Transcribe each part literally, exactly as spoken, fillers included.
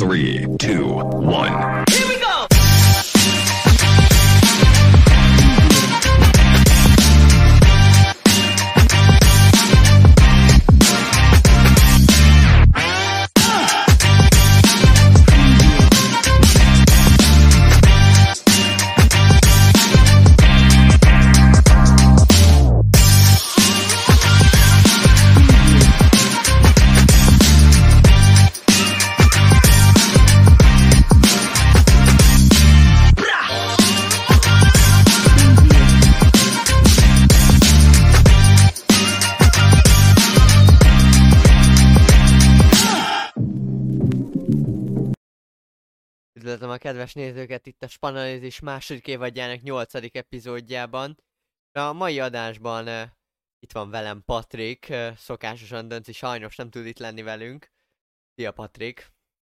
Three, two, one. Here we go! Üdvözlöm a kedves nézőket itt a Spanalizis második évadjának nyolcadik epizódjában. A mai adásban uh, itt van velem Patrik, uh, szokásosan Dönci sajnos nem tud itt lenni velünk. Szia Patrik!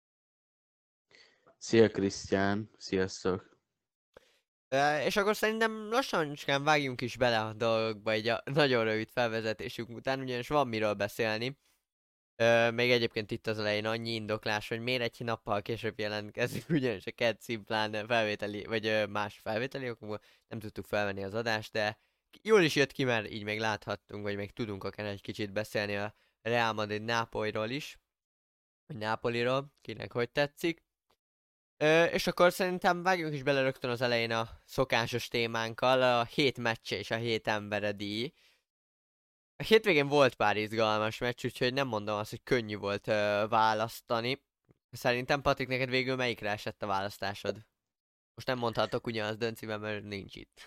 Szia Krisztián, sziasztok! Uh, és akkor szerintem lassan vágjunk is bele a dolgokba egy a nagyon rövid felvezetésünk után, ugyanis van miről beszélni. Uh, még egyébként itt az elején annyi indoklás, hogy miért egy nappal később jelentkezik, ugyanis a Cat szimplán felvételi, vagy uh, más felvételi okokból nem tudtuk felvenni az adást, de jól is jött ki, mert így még láthattunk, vagy még tudunk akár egy kicsit beszélni a Real Madrid Nápolyról is, vagy Nápoliról, kinek hogy tetszik. Uh, és akkor szerintem vágjunk is bele rögtön az elején a szokásos témánkkal, a hét meccse és a hét embere díj. A hétvégén volt pár izgalmas meccs, úgyhogy nem mondom azt, hogy könnyű volt uh, választani. Szerintem Patrik, neked végül melyikre esett a választásod? Most nem mondhatok ugyanazt Dönciben, mert nincs itt.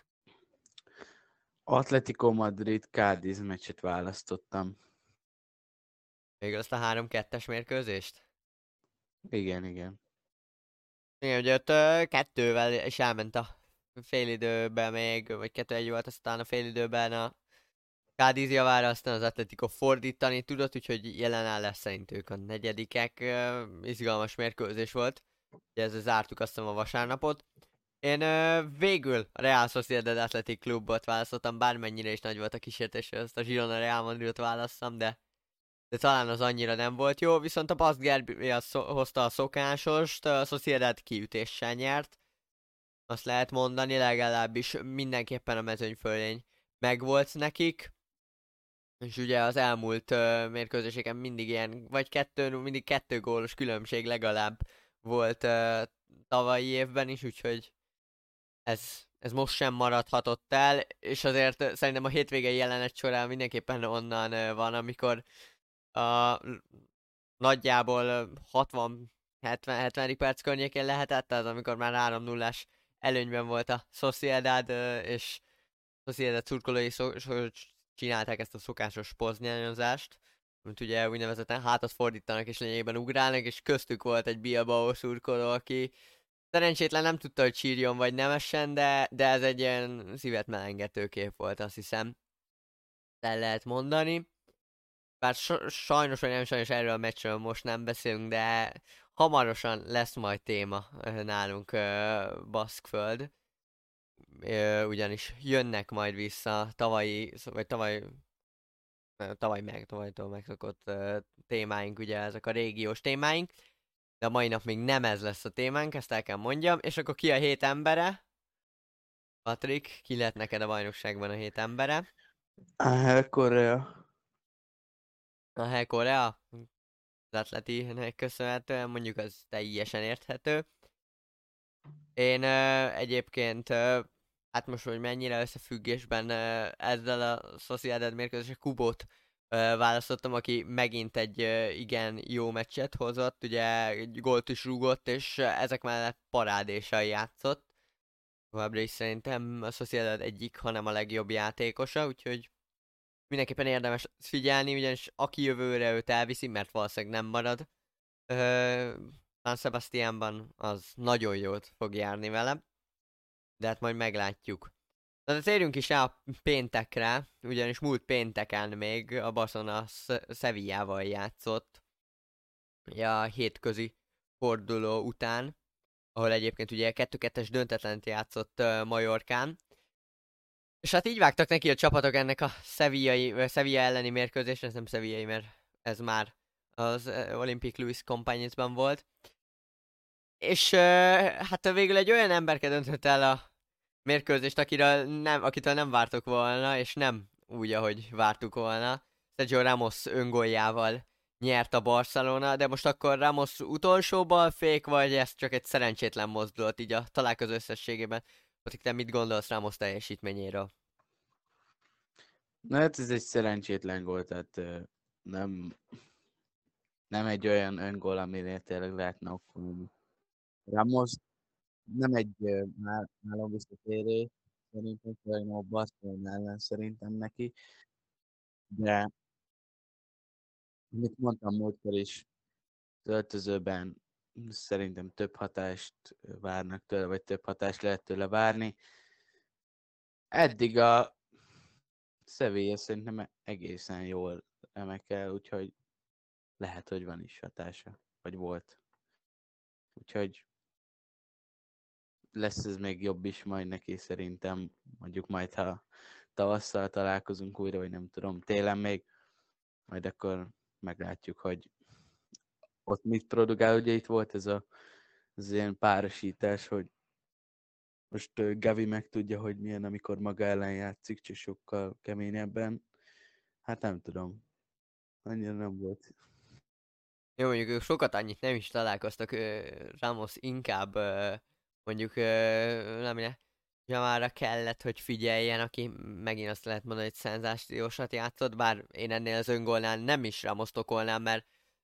Atletico Madrid Cádiz meccset választottam. Végül azt a három kettes mérkőzést? Igen, igen. Igen, ugye ott uh, kettővel és elment a félidőben még, vagy kettő egy volt, aztán a félidőben a Cádiz javára, aztán az Atletico fordítani tudott, úgyhogy jelen áll lesz szerint ők a negyedikek. Uh, izgalmas mérkőzés volt. Ugye ezzel zártuk azt a vasárnapot. Én uh, végül a Real Sociedad Athletic Clubot választottam, bármennyire is nagy volt a kísértés, hogy azt a Girona Real Madridot válasszam, de, de talán az annyira nem volt jó, viszont a Basque Derby hozta a szokásost, a Sociedad kiütéssel nyert. Azt lehet mondani, legalábbis mindenképpen a mezőnyfölény megvolt nekik. És ugye az elmúlt uh, mérkőzéseken mindig ilyen, vagy kettő, mindig kettő gólos különbség legalább volt uh, tavalyi évben is, úgyhogy ez, ez most sem maradhatott el, és azért uh, szerintem a hétvégei jelenet során mindenképpen onnan uh, van, amikor a uh, nagyjából hatvan hetven perc környékén lehetett, az amikor már három nullás előnyben volt a Sociedad, uh, és Sociedad szurkolói szó, szó, csinálták ezt a szokásos poznyányozást, amit ugye úgynevezetten hátat fordítanak és lényegében ugrálnak, és köztük volt egy Bilbao szurkoló, aki szerencsétlen nem tudta, hogy sírjon vagy nemessen, de, de ez egy ilyen szívet melengető kép volt, azt hiszem. El lehet mondani. Bár so, sajnos, vagy nem sajnos erről a meccsről most nem beszélünk, de hamarosan lesz majd téma nálunk uh, Baszkföld. Uh, ugyanis jönnek majd vissza tavalyi, vagy tavaly, tavaly meg, tavalytól megszokott uh, témáink, ugye ezek a régiós témáink, de a mai nap még nem ez lesz a témánk, ezt el kell mondjam, és akkor ki a hét embere? Patrik, ki lett neked a bajnokságban a hét embere? Áhel Korea. A Hell Korea? Az Atletinek köszönhetően, mondjuk az teljesen érthető. Én uh, egyébként uh, hát most, hogy mennyire összefüggésben uh, ezzel a Sociedad mérkőzéssel Kubót uh, választottam, aki megint egy uh, igen jó meccset hozott, ugye egy gólt is rúgott, és uh, ezek mellett parádéssal játszott. Továbbra is szerintem a Sociedad egyik, hanem a legjobb játékosa, úgyhogy mindenképpen érdemes figyelni, ugyanis aki jövőre őt elviszi, mert valószínűleg nem marad uh, San Sebastiánban, az nagyon jót fog járni vele. De hát majd meglátjuk. De térjünk is rá a péntekre, ugyanis múlt pénteken még a Barcelona Sevillával játszott. A hétközi forduló után, ahol egyébként ugye kettő kettes döntetlent játszott uh, Majorkán. És hát így vágtak neki a csapatok ennek a Sevillai, Sevilla elleni mérkőzésre, ez nem Sevillai, mert ez már az Olympique Louis Compagniesban volt. És ö, hát végül egy olyan emberke döntött el a mérkőzést, akiről nem, akitől nem vártok volna, és nem úgy, ahogy vártuk volna. Sergio Ramos öngoljával nyert a Barcelona, de most akkor Ramos utolsó balfék, vagy ez csak egy szerencsétlen mozdulat így a találkozó összességében? Patik, te mit gondolsz Ramos teljesítményéről? Na hát ez egy szerencsétlen gól, tehát ö, nem, nem egy olyan öngól, aminél tényleg lehetne okulni. Ramos nem egy ö, nál- nálam visszatérő, szerintem főleg nem a Barcelona ellen szerintem neki, de amit mondtam múltkor is, öltözőben szerintem több hatást várnak tőle, vagy több hatást lehet tőle várni. Eddig a Sevilla szerintem egészen jól emekel, úgyhogy lehet, hogy van is hatása, vagy volt. Úgyhogy lesz ez még jobb is majd neki szerintem, mondjuk majd, ha tavasszal találkozunk újra, vagy nem tudom, télen még, majd akkor meglátjuk, hogy ott mit produkál. Ugye itt volt ez a, az ilyen párosítás, hogy most uh, Gavi meg tudja, hogy milyen, amikor maga ellen játszik, csak sokkal keményebben. Hát nem tudom, annyira nem volt. Jó, mondjuk ők sokat annyit nem is találkoztak, ö, Ramos inkább ö, mondjuk ö, nem ne, Jamára kellett, hogy figyeljen, aki megint azt lehet mondani, hogy szenzációsat játszott, bár én ennél az öngólnál nem is Ramoszt okolnám, mert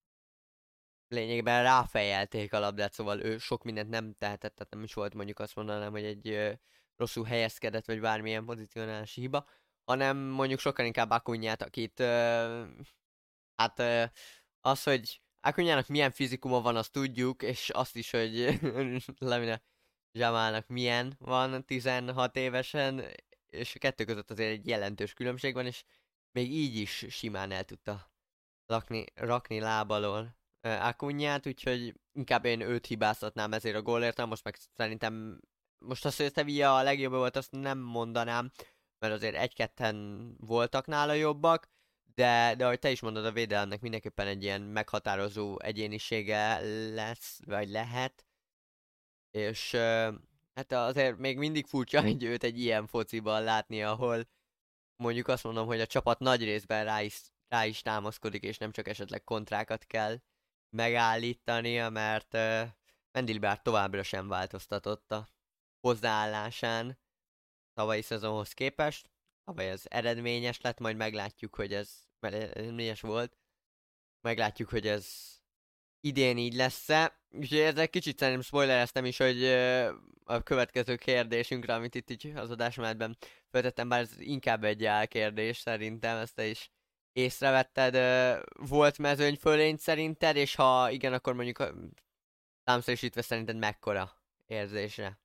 lényegében ráfejelték a labdát, szóval ő sok mindent nem tehetett, tehát nem is volt mondjuk azt mondanám, hogy egy ö, rosszul helyezkedett, vagy bármilyen pozicionálási hiba, hanem mondjuk sokkal inkább Akunyát, akit ö, hát ö, az, hogy Akunyának milyen fizikuma van, azt tudjuk, és azt is, hogy Lamine Jamalnak milyen van tizenhat évesen, és a kettő között azért egy jelentős különbség van, és még így is simán el tudta lakni, rakni lábalól Akunyát, úgyhogy inkább én őt hibáztatnám ezért a gólért, most meg szerintem most azt, hogy a Sevilla a legjobb volt, azt nem mondanám, mert azért egy-ketten voltak nála jobbak, de, de ahogy te is mondod, a védelemnek mindenképpen egy ilyen meghatározó egyénisége lesz, vagy lehet, és ö, hát azért még mindig furcsa egy őt egy ilyen fociban látni, ahol mondjuk azt mondom, hogy a csapat nagy részben rá is, rá is támaszkodik, és nem csak esetleg kontrákat kell megállítania, mert uh, Mendilbár továbbra sem változtatott a hozzáállásán tavalyi szezonhoz képest. Tavaly ez eredményes lett, majd meglátjuk, hogy ez, mert eredményes volt, meglátjuk, hogy ez idén így lesz-e. Úgyhogy ezzel kicsit szerintem spoilereztem is, hogy uh, a következő kérdésünkre, amit itt így az adásmenetben föltettem, bár ez inkább egy álkérdés szerintem, ezt te is észrevetted. Uh, volt mezőny fölény szerinted, és ha igen, akkor mondjuk uh, számszerűsítve szerinted mekkora érzésre?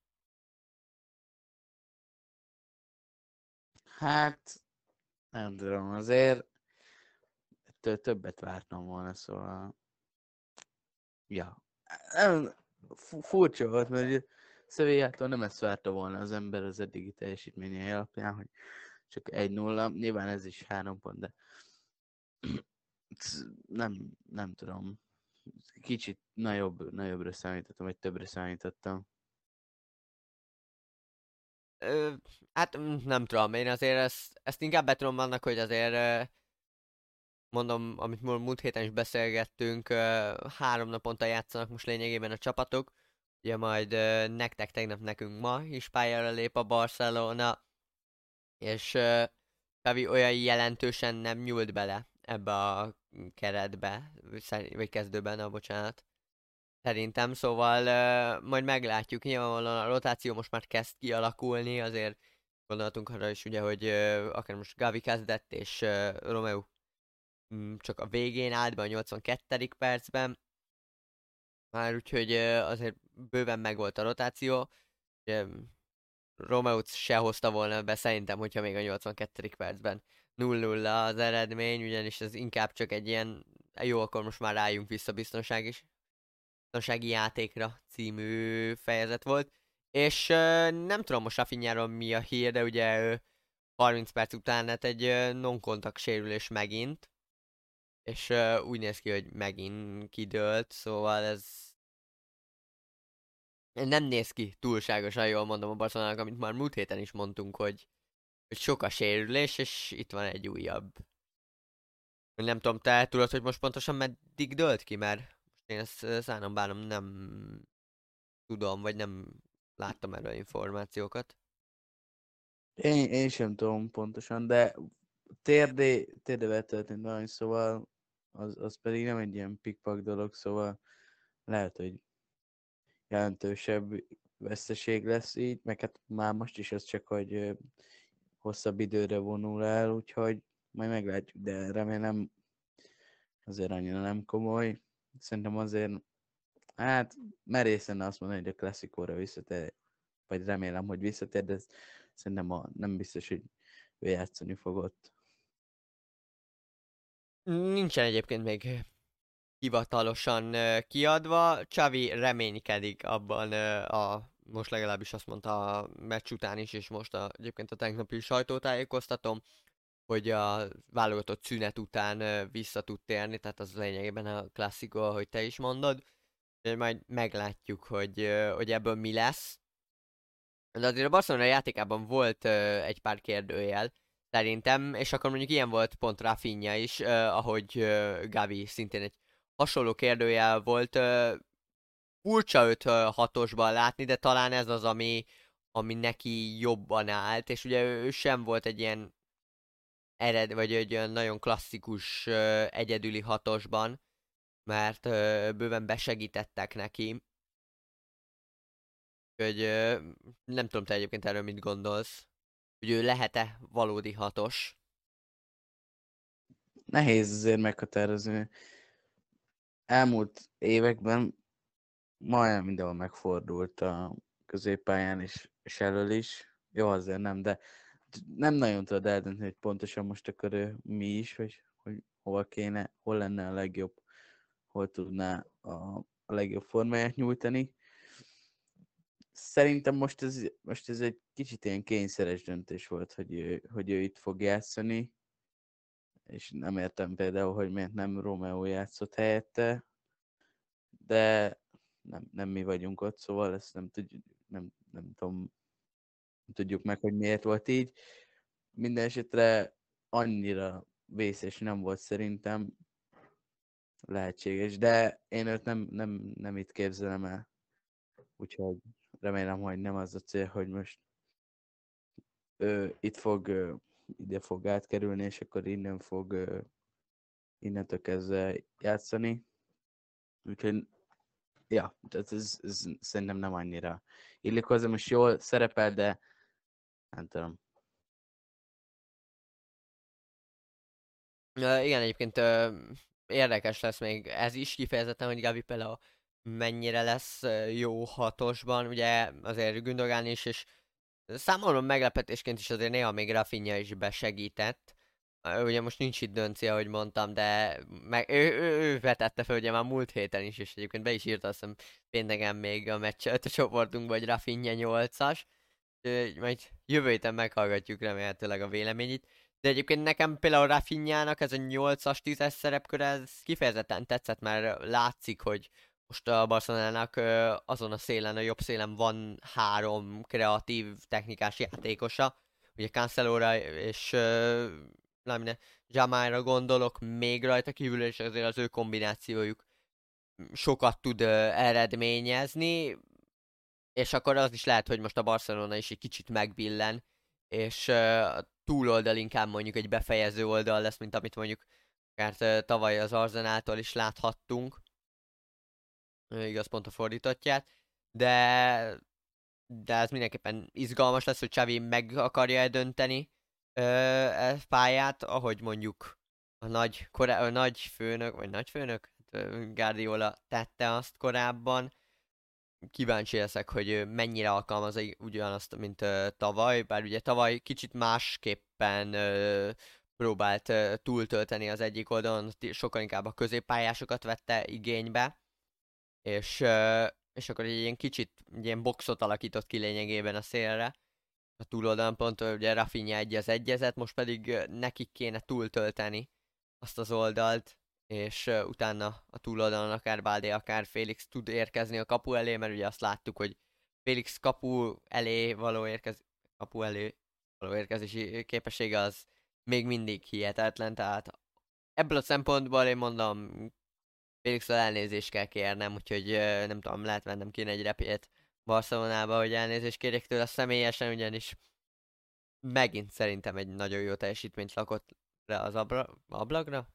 Hát nem tudom, azért ettől többet vártam volna, szóval ja. Nem, fu- furcsa volt, mert ugye Sevillától nem ezt várta volna az ember az eddigi teljesítményei alapján, hogy csak egy nulla, nyilván ez is három pont, de nem, nem tudom. Kicsit nagyobb, nagyobbra számítottam, vagy többre számítottam. Ö, hát mm, nem tudom, én azért ezt, ezt inkább betronom annak, hogy azért ö, mondom, amit múlt múlt héten is beszélgettünk, ö, három naponta játszanak most lényegében a csapatok. Ugye majd ö, nektek tegnap, nekünk ma is pályára lép a Barcelona, és ö, Xavi olyan jelentősen nem nyúlt bele ebbe a keretbe, szer- vagy kezdőben, na bocsánat. Szerintem, szóval ö, majd meglátjuk, nyilvánvalóan a rotáció most már kezd kialakulni, azért gondoltunk arra is ugye, hogy ö, akár most Gavi kezdett, és ö, Romeo mm, csak a végén állt be a nyolcvankettedik percben, már úgyhogy ö, azért bőven megvolt a rotáció. Ugye, Romeót se hozta volna be szerintem, hogyha még a nyolcvankettedik percben nulla nulla az eredmény, ugyanis ez inkább csak egy ilyen, jó, akkor most már rájunk vissza biztonság is, biztonsági játékra című fejezet volt. És ö, nem tudom most Rafinháról mi a hír, de ugye ö, harminc perc után lett egy ö, non-kontakt sérülés megint, és ö, úgy néz ki, hogy megint kidőlt, szóval ez nem néz ki túlságosan jól, mondom a Barcelonának, amit már múlt héten is mondtunk, hogy, hogy sok a sérülés, és itt van egy újabb. Nem tudom, te tudod, hogy most pontosan meddig dölt ki, mert most én ezt ö, szánom bánom nem tudom, vagy nem láttam erről információkat. Én, én sem tudom pontosan, de térdé, térdével történt valami, szóval az, az pedig nem egy ilyen pikpak dolog, szóval lehet, hogy jelentősebb veszteség lesz így, meg hát már most is ez csak, hogy ö, hosszabb időre vonul el, úgyhogy majd meglátjuk, de remélem azért annyira nem komoly. Szerintem azért, hát merészen azt mondani, hogy a klasszikóra visszatér, vagy remélem, hogy visszatér, de ez szerintem a, nem biztos, hogy ő játszani fog ott. Nincsen egyébként még hivatalosan ö, kiadva, Xavi reménykedik abban ö, a, most legalábbis azt mondta a meccs után is, és most a, egyébként a tegnapi sajtótájékoztatom, hogy a válogatott szünet után ö, vissza tud térni, tehát az lényegében a klasszikó, ahogy te is mondod, és majd meglátjuk, hogy, ö, hogy ebből mi lesz. De azért a Barcelona játékában volt ö, egy pár kérdőjel, szerintem, és akkor mondjuk ilyen volt pont Rafinha is, ö, ahogy ö, Gavi szintén egy hasonló kérdőjel volt. Ö, furcsa őt ö, hatosban látni, de talán ez az, ami, ami neki jobban állt, és ugye ő sem volt egy ilyen ered, vagy egy olyan nagyon klasszikus ö, egyedüli hatosban, mert ö, bőven besegítettek neki. Úgyhogy ö, nem tudom, te egyébként erről mit gondolsz. Hogy ő lehet-e valódi hatos. Nehéz azért meghatározni. Elmúlt években majdnem mindenhol megfordult a középpályán és, és elől is. Jó, azért nem, de nem nagyon tudod eldönteni, hogy pontosan most akkor ő mi is, hogy, hogy hol kéne, hol lenne a legjobb, hol tudná a, a legjobb formáját nyújtani. Szerintem most ez, most ez egy kicsit ilyen kényszeres döntés volt, hogy ő, hogy ő itt fog játszani, és nem értem például, hogy miért nem Romeo játszott helyette, de nem, nem mi vagyunk ott, szóval ezt nem, tudjuk, nem, nem tudom, nem tudjuk meg, hogy miért volt így. Minden esetre annyira vészes nem volt szerintem, lehetséges, de én őt nem, nem, nem itt képzelem el, úgyhogy remélem, hogy nem az a cél, hogy most ő itt fog, ö, ide fog átkerülni, és akkor innen fog ö, innentől kezdve játszani. Úgyhogy, ja, tehát ez, ez szerintem nem annyira illik hozzá, most jól szerepel, de nem tudom. Uh, igen, egyébként uh, érdekes lesz még ez is kifejezetten, hogy Gavi például mennyire lesz uh, jó hatosban, ugye azért Gündogan is, és számomra meglepetésként is azért néha még Rafinha is besegített. Uh, ugye most nincs itt Dönci, ahogy mondtam, de meg, ő, ő, ő vetette fel ugye már múlt héten is, és egyébként be is írta azt hiszem pénteken még a meccset a csoportunkban, hogy Rafinha nyolcas. Uh, majd jövő héten meghallgatjuk remélhetőleg a véleményét. De egyébként nekem például Rafinhának ez a nyolcas tízes szerepkör, ez kifejezetten tetszett, mert látszik, hogy most a Barcelonának ö, azon a szélen, a jobb szélen van három kreatív technikás játékosa. Ugye Cancelóra és ö, Lamine Jamalra gondolok még rajta kívül, és azért az ő kombinációjuk sokat tud ö, eredményezni. És akkor az is lehet, hogy most a Barcelona is egy kicsit megbillen, és uh, a túloldal inkább mondjuk egy befejező oldal lesz, mint amit mondjuk mert uh, tavaly az Arzenáltól is láthattunk. Uh, igaz, pont a fordítottját. De, de ez mindenképpen izgalmas lesz, hogy Xavi meg akarja-e dönteni uh, e pályát, ahogy mondjuk a nagy, korá- a nagy főnök, vagy nagy főnök, hát, uh, Guardiola tette azt korábban. Kíváncsi leszek, hogy ö, mennyire alkalmazza ugyanazt, mint ö, tavaly, bár ugye tavaly kicsit másképpen ö, próbált ö, túltölteni az egyik oldalon, sokkal inkább a középpályásokat vette igénybe, és, ö, és akkor egy ilyen kicsit egy ilyen boxot alakított ki lényegében a szélre. A túloldalon pont ö, ugye Rafinha egy az egyezet, most pedig ö, nekik kéne túltölteni azt az oldalt, és uh, utána a túloldalon akár Balde, akár Félix tud érkezni a kapu elé, mert ugye azt láttuk, hogy Félix kapu elé való érkez... kapu elé való érkezési képessége az még mindig hihetetlen, tehát ebből a szempontból én mondom, Félixtől elnézést kell kérnem, úgyhogy uh, nem tudom, lehet vennem kéne egy repjét Barcelonába, hogy elnézést kérjek tőle személyesen, ugyanis megint szerintem egy nagyon jó teljesítményt lakott le az abra, ablagra.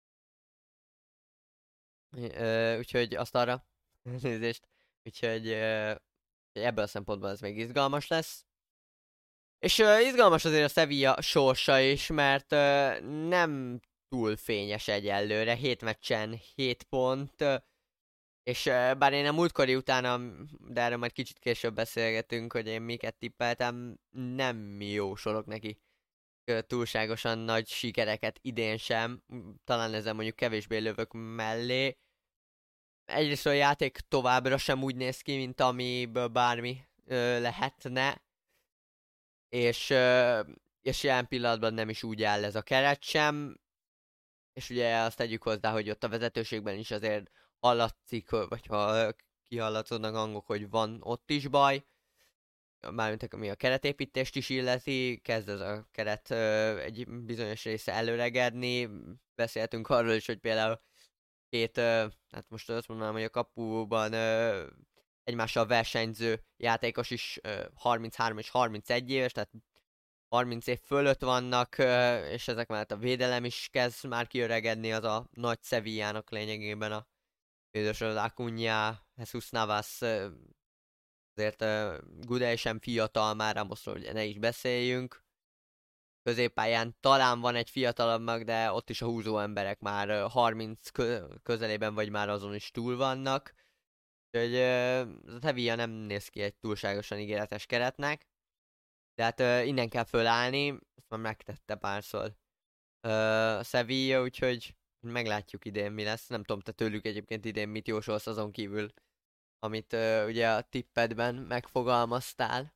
Ö, úgyhogy azt arra nézést. Úgyhogy ö, ebből a szempontból ez még izgalmas lesz. És ö, izgalmas azért a Sevilla sorsa is, mert ö, nem túl fényes egyelőre. hét meccsen hét pont. Ö, és ö, bár én a múltkori utána, de erről majd kicsit később beszélgetünk, hogy én miket tippeltem, nem jósolok neki túlságosan nagy sikereket idén sem, talán ezen mondjuk kevésbé lövök mellé. Egyrészt a játék továbbra sem úgy néz ki, mint amiből bármi ö, lehetne, és, ö, és jelen pillanatban nem is úgy áll ez a keret sem, és ugye azt tegyük hozzá, hogy ott a vezetőségben is azért hallatszik, vagy ha kihallatszódnak hangok, hogy van ott is baj, mármint ami a keretépítést is illeti, kezd ez a keret ö, egy bizonyos része előregedni. Beszéltünk arról is, hogy például két, ö, hát most azt mondanám, hogy a kapuban ö, egymással versenyző játékos is ö, harminchárom és harmincegy éves, tehát harminc év fölött vannak, ö, és ezek mellett a védelem is kezd már kiöregedni, az a nagy Sevillának lényegében a Példós Acuna, Jesus Navas, ö, azért uh, Gudel sem fiatal már, Ramosról ugye ne is beszéljünk. Középpályán talán van egy fiatalabb mag, de ott is a húzó emberek már uh, harminc kö- közelében, vagy már azon is túl vannak. Úgyhogy uh, a Sevilla nem néz ki egy túlságosan ígéretes keretnek. De hát uh, innen kell fölállni, ezt már megtette párszor uh, a Sevilla, úgyhogy meglátjuk idén mi lesz. Nem tudom, te tőlük egyébként idén mit jósolsz azon kívül, amit uh, ugye a tippedben megfogalmaztál.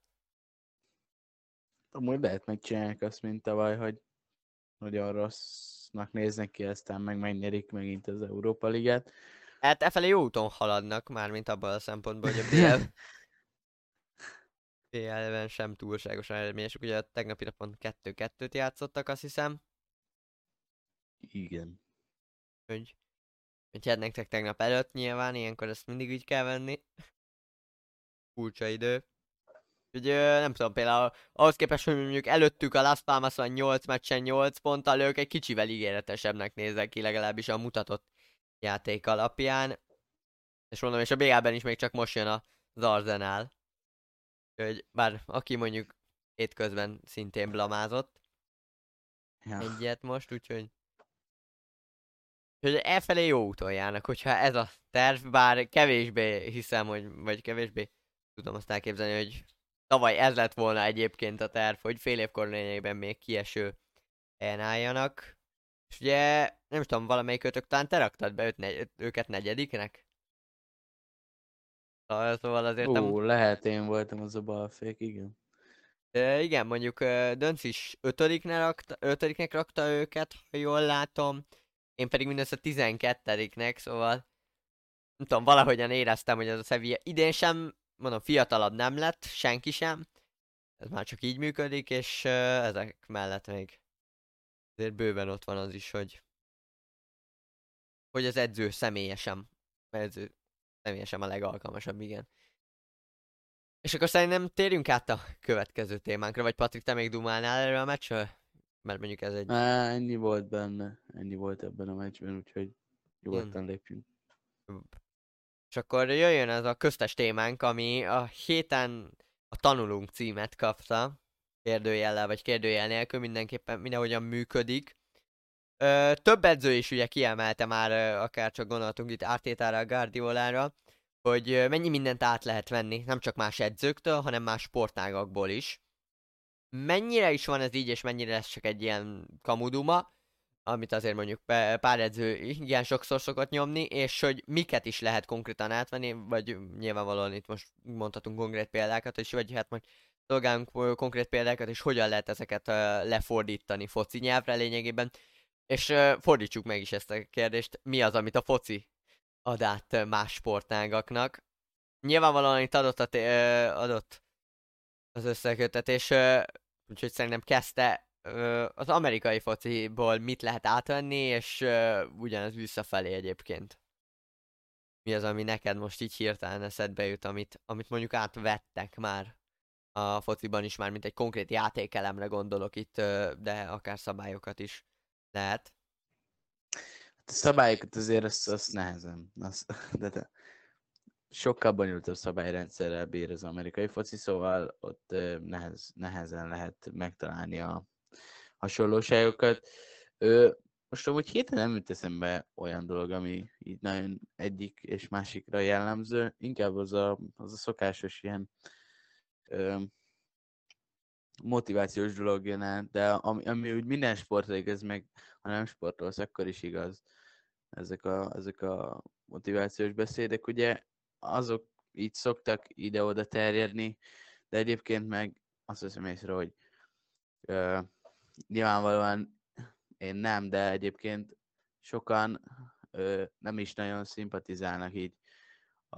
Amúgy lehet megcsinálják azt, mint tavaly, hogy nagyon rossznak néznek ki, aztán meg megnyerik megint az Európa Ligát. Hát e felé jó úton haladnak, mármint abban a szempontból, hogy a bé el bé el-ben sem túlságosan eredményesek. Ugye a tegnapi napon kettő kettőt játszottak, azt hiszem. Igen. Hogy, hogy hát nektek tegnap előtt nyilván, ilyenkor ezt mindig így kell venni. Furcsa idő. Úgyhogy nem tudom, például ahhoz képest, hogy mondjuk előttük a Las Palmas van nyolc meccsen nyolc ponttal, ők egy kicsivel ígéretesebbnek néznek ki, legalábbis a mutatott játék alapján. És mondom, és a bé el-ben is még csak most jön az Arsenal. Úgyhogy bár aki mondjuk hétközben szintén blamázott Ja. egyet most, úgyhogy úgyhogy elfelé jó úton járnak, hogyha ez a terv, bár kevésbé hiszem, hogy, vagy kevésbé tudom azt elképzelni, hogy tavaly ez lett volna egyébként a terv, hogy fél évkor lényegében még kieső helyen álljanak. És ugye, nem tudom, valamelyik ötök talán te raktad be őt negy- őket negyediknek? Szóval azért nem... Ó, lehet én voltam az a balfék, igen. E, igen, mondjuk Dönc is ötödiknek rakta, ötödiknek rakta őket, ha jól látom. Én pedig mindössze tizenkettediknek, szóval nem tudom, valahogyan éreztem, hogy ez a Sevilla idén sem, mondom, fiatalabb nem lett, senki sem. Ez már csak így működik, és uh, ezek mellett még azért bőven ott van az is, hogy hogy az edző személyesen, edző személyesen a legalkalmasabb, igen. És akkor szerintem térjünk át a következő témánkra, vagy Patrik, te még dumálnál erről a meccsről? Mert mondjuk ez egy... Á, ennyi volt benne, ennyi volt ebben a meccsben, úgyhogy nyugodtan lépjünk. És akkor jöjjön ez a köztes témánk, ami a héten a Tanulunk címet kapta, kérdőjellel vagy kérdőjel nélkül, mindenképpen mindenhogyan működik. Ö, több edző is ugye kiemelte már, ö, akár csak gondoltunk itt Artétára, Guardiolára, hogy ö, mennyi mindent át lehet venni, nem csak más edzőktől, hanem más sportágakból is. Mennyire is van ez így, és mennyire lesz csak egy ilyen kamuduma, amit azért mondjuk pár edző igen sokszor szokott nyomni, és hogy miket is lehet konkrétan átvenni, vagy nyilvánvalóan itt most mondhatunk konkrét példákat, és vagy hát majd szolgálunk konkrét példákat, és hogyan lehet ezeket uh, lefordítani foci nyelvre lényegében. És uh, fordítsuk meg is ezt a kérdést, mi az, amit a foci ad át ö, más sportágaknak. Nyilvánvalóan itt adott, a té- ö, adott az összekötetés, ö, úgyhogy szerintem kezdte ö, az amerikai fociból mit lehet átvenni, és ö, ugyanez visszafelé egyébként. Mi az, ami neked most így hirtelen eszedbe jut, amit, amit mondjuk átvettek már a fociban is, már mint egy konkrét játékelemre gondolok itt, ö, de akár szabályokat is lehet. A szabályokat azért azt, azt nehezen. Az, de, de sokkal bonyolultabb szabályrendszerrel bír az amerikai foci, szóval ott ö, nehez, nehezen lehet megtalálni a hasonlóságokat. Ö, most amúgy hirtelen nem jut eszembe olyan dolog, ami így nagyon egyik és másikra jellemző. Inkább az a, az a szokásos ilyen ö, motivációs dolog jön át, de ami, ami úgy minden sportra igaz, meg ha nem sportolsz, akkor is igaz. Ezek a, ezek a motivációs beszédek, ugye azok így szoktak ide-oda terjedni, de egyébként meg azt veszem észre, hogy ö, nyilvánvalóan én nem, de egyébként sokan ö, nem is nagyon szimpatizálnak így a,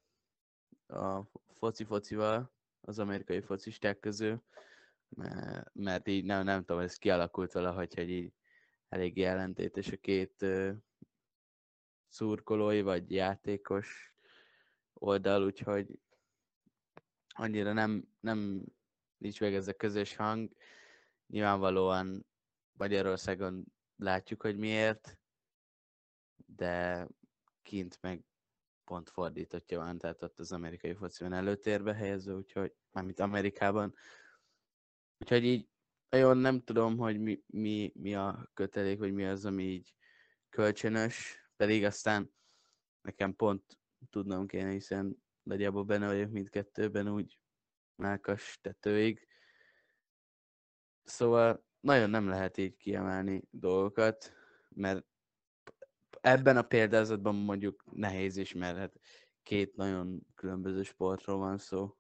a foci-focival, az amerikai focisták közül, mert, mert így nem, nem tudom, ez kialakult valahogy, hogy így eléggé ellentétes a két ö, szurkolói vagy játékos oldal, úgyhogy annyira nem, nem nincs meg ez a közös hang. Nyilvánvalóan Magyarországon látjuk, hogy miért, de kint meg pont fordítottja van, tehát ott az amerikai foci van előtérbe helyezve, úgyhogy mármint Amerikában. Úgyhogy így nagyon nem tudom, hogy mi, mi, mi a kötelék, vagy mi az, ami így kölcsönös, pedig aztán nekem pont tudnom kéne, hiszen nagyjából benne vagyok mindkettőben, úgy mellkas tetőig. Szóval nagyon nem lehet így kiemelni dolgokat, mert ebben a példázatban mondjuk nehéz is, mert hát két nagyon különböző sportról van szó.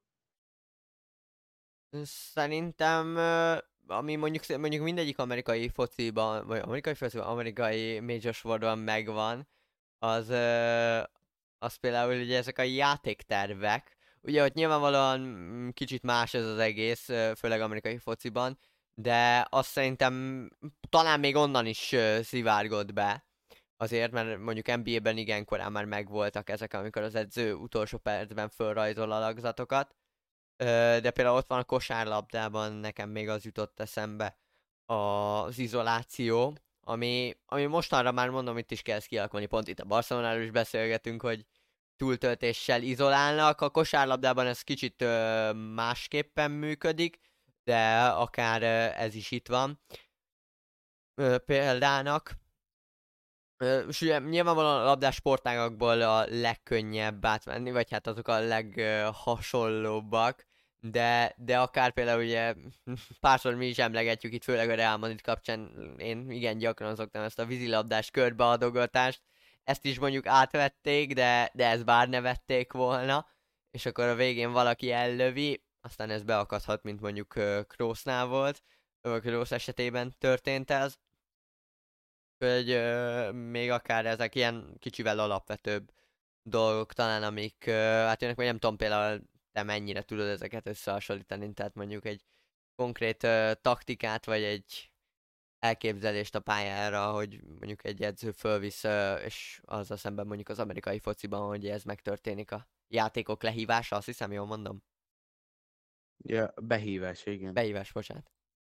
Szerintem, ö, ami mondjuk, mondjuk mindegyik amerikai fociban, vagy amerikai fociban, amerikai major sportban megvan, az, ö, az például ugye ezek a játéktervek. Ugye, hogy nyilvánvalóan mm, kicsit más ez az egész, ö, főleg amerikai fociban, de azt szerintem talán még onnan is ö, szivárgott be. Azért, mert mondjuk en bé á-ben igen korán már megvoltak ezek, amikor az edző utolsó percben fölrajzol alakzatokat. Ö, de például ott van a kosárlabdában, nekem még az jutott eszembe az izoláció, ami, ami mostanra már mondom, itt is kezd kialakulni, pont itt a Barcelonáról is beszélgetünk, hogy túltöltéssel izolálnak, a kosárlabdában ez kicsit ö, másképpen működik, de akár ö, ez is itt van ö, példának. Ö, és ugye nyilvánvalóan a labdás sportágakból a legkönnyebb átvenni, vagy hát azok a leghasonlóbbak, de, de akár például ugye párszor mi is emlegetjük itt, főleg a Real Madrid kapcsán, én igen gyakran szoktam ezt a vízilabdás körbeadogatást, ezt is mondjuk átvették, de, de ezt bár ne vették volna, és akkor a végén valaki ellövi, aztán ez beakadhat, mint mondjuk Kroosznál volt, Kroos esetében történt ez, hogy ö, még akár ezek ilyen kicsivel alapvetőbb dolgok talán, amik, ö, hát jönnek, vagy nem tudom például te mennyire tudod ezeket összehasonlítani, tehát mondjuk egy konkrét ö, taktikát, vagy egy elképzelést a pályára, hogy mondjuk egy edző fölvisz, ö, és azzal szemben mondjuk az amerikai fociban, hogy ez megtörténik a játékok lehívása, azt hiszem, jól mondom. Ja, behívás, igen. Behívás, bocsánat.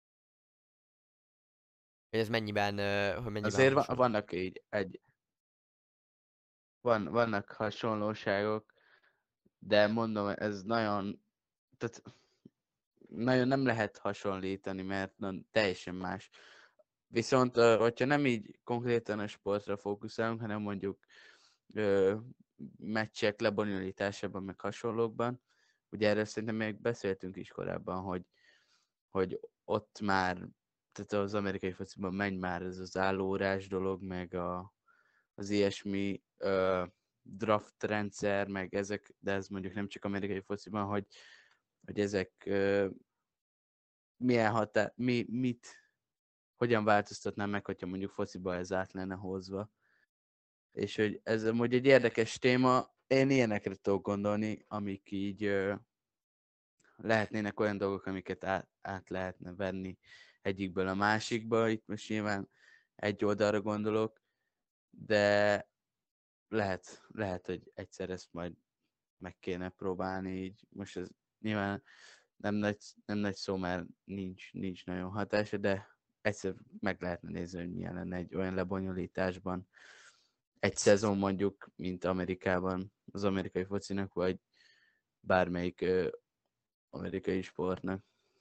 Hogy ez mennyiben, ö, hogy mennyiben Azért va- hasonló. vannak így egy, van, vannak hasonlóságok, de mondom, ez nagyon, tehát nagyon nem lehet hasonlítani, mert na, teljesen más. Viszont, ö, hogyha nem így konkrétan a sportra fókuszálunk, hanem mondjuk ö, meccsek lebonyolításában, meg hasonlókban, ugye erről szerintem még beszéltünk is korábban, hogy, hogy ott már, tehát az amerikai fociban megy már ez az állórás dolog, meg a, az ilyesmi ö, draft rendszer, meg ezek, de ez mondjuk nem csak amerikai fociban, hogy, hogy ezek ö, milyen hatá, mi, mit hogyan változtatnám meg, hogyha mondjuk fociba ez át lenne hozva. És hogy ez amúgy egy érdekes téma, én ilyenekre tudok gondolni, amik így ö, lehetnének olyan dolgok, amiket át, át lehetne venni egyikből a másikba. Itt most nyilván egy oldalra gondolok, de lehet, lehet, hogy egyszer ezt majd meg kéne próbálni így. Most ez nyilván nem nagy, nem nagy szó, mert nincs, nincs nagyon hatása, de egyszer meg lehetne nézni, hogy milyen lenne egy olyan lebonyolításban egy szezon mondjuk, mint Amerikában az amerikai focinak, vagy bármelyik ö, amerikai sportnak.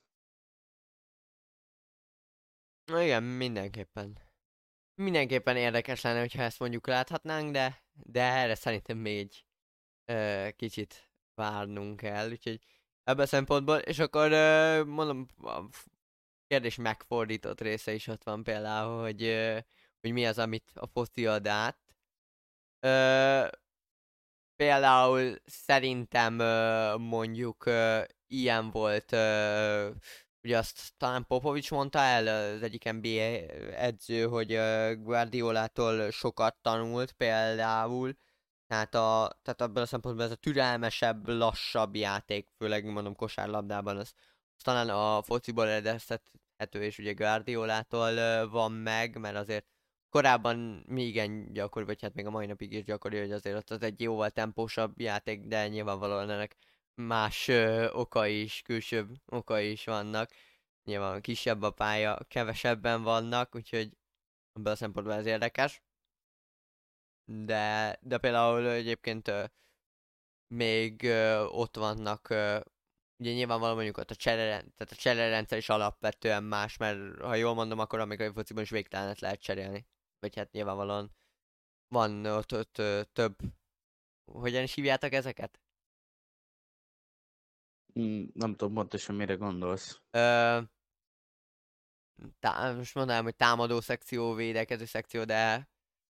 Na igen, mindenképpen. Mindenképpen érdekes lenne, hogyha ezt mondjuk láthatnánk, de, de erre szerintem még egy ö, kicsit várnunk kell, úgyhogy ebből a szempontból, és akkor ö, mondom, a f- kérdés megfordított része is ott van például, hogy, ö, hogy mi az, amit a foci ad át. Ö, Például szerintem ö, mondjuk ö, ilyen volt, ö, ugye azt talán Popovics mondta el, az egyik en bé á edző, hogy ö, Guardiolától sokat tanult például, tehát, a, tehát abban a szempontból ez a türelmesebb, lassabb játék, főleg mondom kosárlabdában, az, az talán a fociból eredeztethető, és ugye Guardiolától ö, van meg, mert azért korábban mi igen gyakori, vagy hát még a mai napig is gyakori, hogy azért ott az egy jóval tempósabb játék, de nyilvánvalóan ennek más ö, okai is, külsőbb okai is vannak. Nyilván kisebb a pálya, kevesebben vannak, úgyhogy ebből a szempontból ez érdekes. De, de például egyébként ö, még ö, ott vannak, ö, ugye nyilvánvalóan mondjuk ott a csereren, tehát a csererendszer is alapvetően más, mert ha jól mondom, akkor amerikai fociban is végtelenet lehet cserélni. Vagy hát nyilvánvalóan van ott, ott ö, több, hogyan is hívjátok ezeket? Mm, Nem tudom pontosan, mire gondolsz. Ö, tá- most mondanám, hogy támadó szekció, védekező szekció, de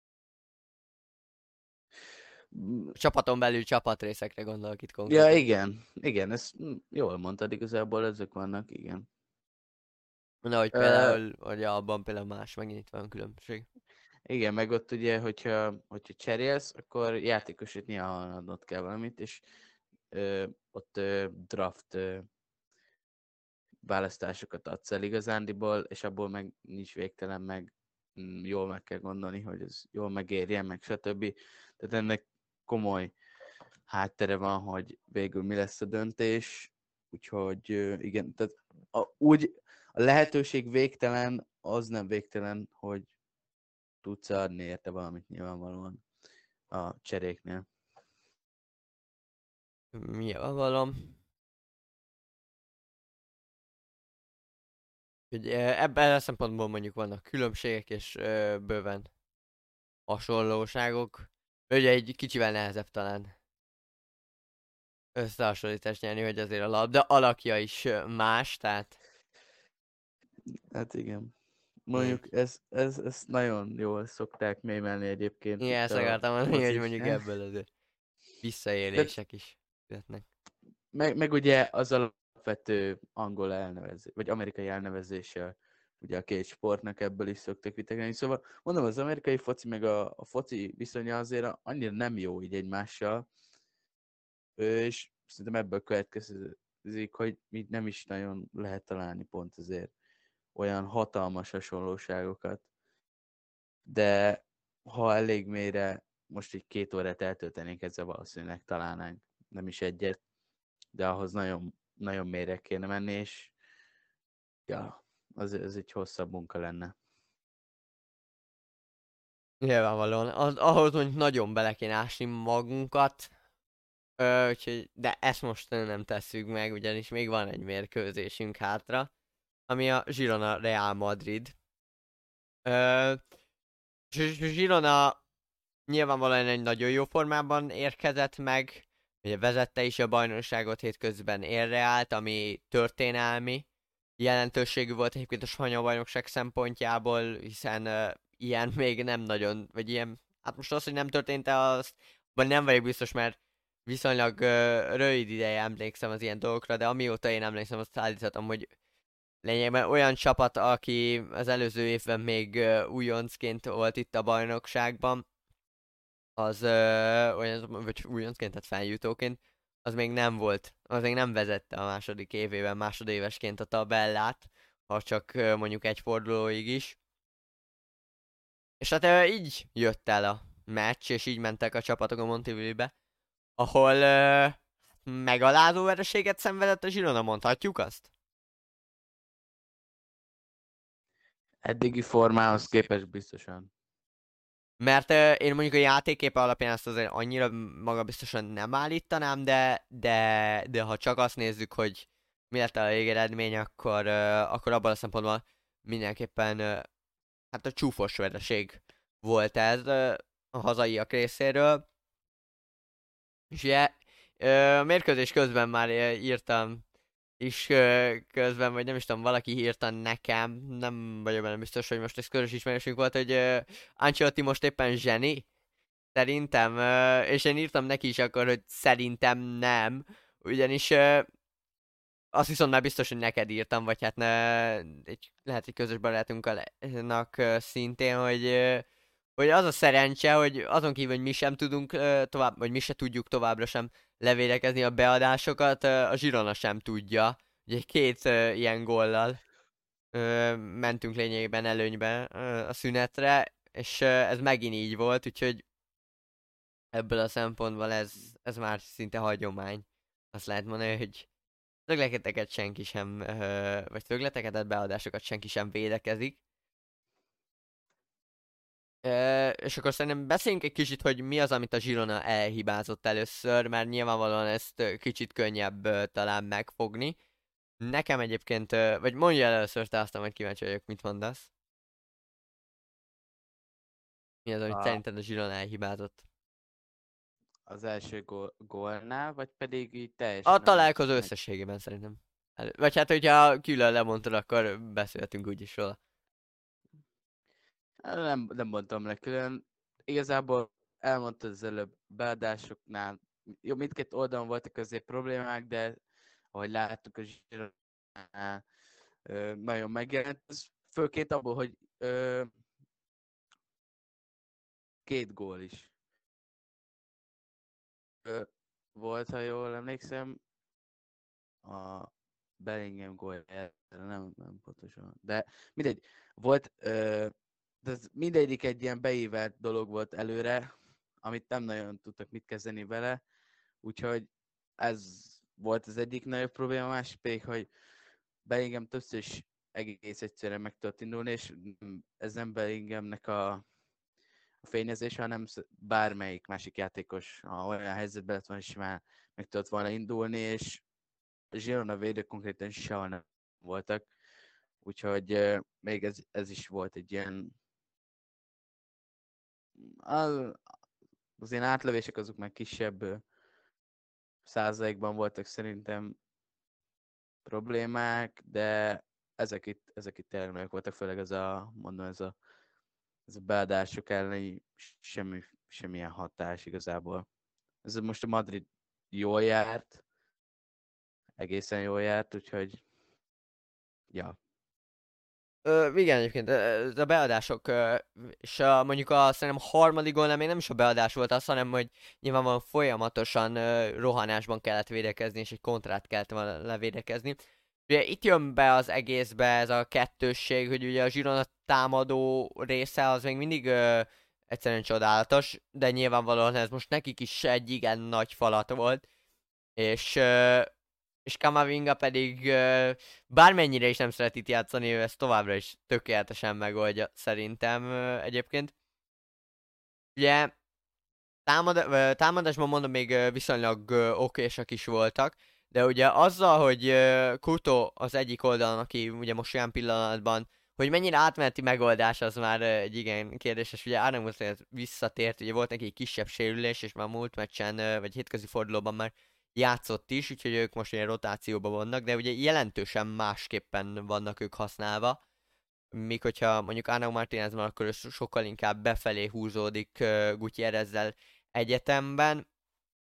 Mm, csapaton belül csapatrészekre gondolok itt Ja, konkrétan. igen, igen, ezt mm, jól mondtad, igazából ezek vannak, igen. Na, hogy Ö, például, hogy abban például más, megint itt van különbség. igen, meg ott ugye, hogyha, hogyha cserélsz, akkor játékosért nyilván adnod kell valamit, és ö, ott ö, draft ö, választásokat adsz el igazándiból, és abból meg nincs végtelen, meg mm, jól meg kell gondolni, hogy ez jól megérjen, meg stb. Tehát ennek komoly háttere van, hogy végül mi lesz a döntés, úgyhogy ö, igen, tehát a, úgy a lehetőség végtelen, az nem végtelen, hogy tudsz adni érte valamit nyilvánvalóan a cseréknél. Nyilvánvalóan. Hogy eh, ebben a szempontból mondjuk vannak különbségek és ö, bőven hasonlóságok. Ugye egy kicsivel nehezebb talán összehasonlítást nyerni, hogy azért a labda alakja is ö, más, tehát Hát igen. így. Mondjuk ez, ez, ez nagyon jól szokták mémelni egyébként Igen, itt ezt a akartam mondani, hogy focis. mondjuk ebből azért De visszaélések is jöhetnek. meg, meg ugye az alapvető angol elnevezés, vagy amerikai elnevezéssel, ugye a két sportnak ebből is szoktak vitekedni. Szóval mondom, az amerikai foci meg a, a foci viszonya azért annyira nem jó így egymással, Ö, és szerintem ebből következik, hogy így nem is nagyon lehet találni pont azért olyan hatalmas hasonlóságokat. De ha elég mélyre most így két órát eltöltenénk ezzel, valószínűleg találnánk, nem is egyet, de ahhoz nagyon, nagyon mélyre kéne menni, és ja, az, az egy hosszabb munka lenne. Nyilvánvalóan. Az, ahhoz mondjuk nagyon bele kéne ásni magunkat, ö, úgyhogy, de ezt most nem tesszük meg, ugyanis még van egy mérkőzésünk hátra, ami a Girona Real Madrid. Ö, Zs- Zs- Girona nyilvánvalóan egy nagyon jó formában érkezett meg, ugye vezette is a bajnokságot, hétközben érre állt, ami történelmi jelentőségű volt egyébként a spanyol bajnokság szempontjából, hiszen uh, ilyen még nem nagyon, vagy ilyen, hát most az, hogy nem történt-e, azt vagy nem vagyok biztos, mert viszonylag uh, rövid ideje emlékszem az ilyen dolgokra, de amióta én emlékszem, azt állíthatom, hogy lényegben olyan csapat, aki az előző évben még ö, újoncként volt itt a bajnokságban, az ö, olyan, vagy újoncként, tehát feljutóként, az még nem volt, az még nem vezette a második évében, másodévesként a tabellát, ha csak ö, mondjuk egy fordulóig is. És hát ö, így jött el a meccs, és így mentek a csapatok a Montevideo-be, ahol ö, megalázó vereséget szenvedett a Girona, mondhatjuk azt? Eddigi formához képest biztosan. Mert ö, én mondjuk a játékképe alapján ezt azért annyira magabiztosan nem állítanám, de, de, de ha csak azt nézzük, hogy mi lett a végeredmény, akkor, ö, akkor abban a szempontból mindenképpen ö, hát a csúfos vereség volt ez ö, a hazaiak részéről. És ugye ö, mérkőzés közben már ö, írtam is ö, közben, vagy nem is tudom, valaki írta nekem, nem vagyok benne biztos, hogy most ez közös ismerősünk volt, hogy ö, Ancelotti most éppen zseni. Szerintem, ö, és én írtam neki is akkor, hogy szerintem nem, ugyanis ö, azt viszont már biztos, hogy neked írtam, vagy hát ne, egy, lehet, hogy közös barátunknak ö, szintén, hogy, ö, hogy az a szerencse, hogy azon kívül, hogy mi sem tudunk ö, tovább, vagy mi se tudjuk továbbra sem levédekezni a beadásokat, ö, a Girona sem tudja. Ugye két ö, ilyen góllal ö, mentünk lényegében előnybe ö, a szünetre, és ö, ez megint így volt, úgyhogy ebből a szempontból ez, ez már szinte hagyomány. Azt lehet mondani, hogy szögleteket senki sem, ö, vagy szögleteket, beadásokat senki sem védekezik. Ö, és akkor szerintem beszéljünk egy kicsit, hogy mi az, amit a Girona elhibázott először, mert nyilvánvalóan ezt ö, kicsit könnyebb ö, talán megfogni. Nekem egyébként, ö, vagy mondja el először te, aztán majd kíváncsi vagyok, mit mondasz. Mi az, amit A, szerinted a Girona elhibázott? az első gól, gólnál, vagy pedig így A teljesen a meccs, találkozó meccs. összességében szerintem. Elő- Vagy hát, hogyha külön lemondtad, akkor beszélhetünk úgyis róla. Nem, nem mondtam le külön. Igazából elmondtad az előbb beadásoknál. Jó, mindkét oldalon voltak azért problémák, de ahogy láttuk, a Zsironál nagyon megjelent. Ez főként abból, hogy ö, két gól is ö, volt, ha jól emlékszem. A Bellingham gól, nem, nem pontosan. De mindegy, volt, ö, de ez mindegyik egy ilyen beívelt dolog volt előre, amit nem nagyon tudtak mit kezdeni vele, úgyhogy ez volt az egyik nagyobb probléma, a másik pedig, hogy Bellingham többször is egész egyszerűen meg tudott indulni, és ez nem Bellinghamnek a, a fényezése, hanem bármelyik másik játékos, ha olyan helyzetben lett volna, simán meg tudott volna indulni, és a Girona védők konkrétan sehol nem voltak, úgyhogy uh, még ez, ez is volt egy ilyen az, az ilyen átlövések azok már kisebb uh, százalékban voltak szerintem problémák, de ezek itt, ezek itt tényleg nagyok voltak, főleg ez a, mondom, ez a, ez a beadások elleni semmi, semmilyen hatás igazából. Ez most a Madrid jól járt, egészen jól járt, úgyhogy ja. Ö, igen, egyébként ö, ez a beadások, ö, és a, mondjuk a szerintem harmadik gólnál még nem is a beadás volt az, hanem hogy nyilvánvalóan folyamatosan ö, rohanásban kellett védekezni, és egy kontrát kellett volna levédekezni. Ugye itt jön be az egészbe ez a kettősség, hogy ugye a Girona támadó része az még mindig ö, egyszerűen csodálatos, de nyilvánvalóan ez most nekik is egy igen nagy falat volt, és ö, és Kamavinga pedig ö, bármennyire is nem szeret itt játszani, ő ezt továbbra is tökéletesen megoldja szerintem ö, egyébként. Ugye támad, ö, támadásban mondom még ö, viszonylag ö, okésak is voltak, de ugye azzal, hogy ö, Kuto az egyik oldalon, aki ugye most olyan pillanatban, hogy mennyire átmeneti megoldás, az már ö, egy igen kérdéses. Ugye Árnam visszatért, ugye volt neki egy kisebb sérülés, és már múlt meccsen, ö, vagy hétközi fordulóban már játszott is, úgyhogy ők most ilyen rotációban vannak, de ugye jelentősen másképpen vannak ők használva, míg hogyha mondjuk Arnau Martínez van, akkor ő sokkal inkább befelé húzódik uh, Gutierrezzel egyetemben,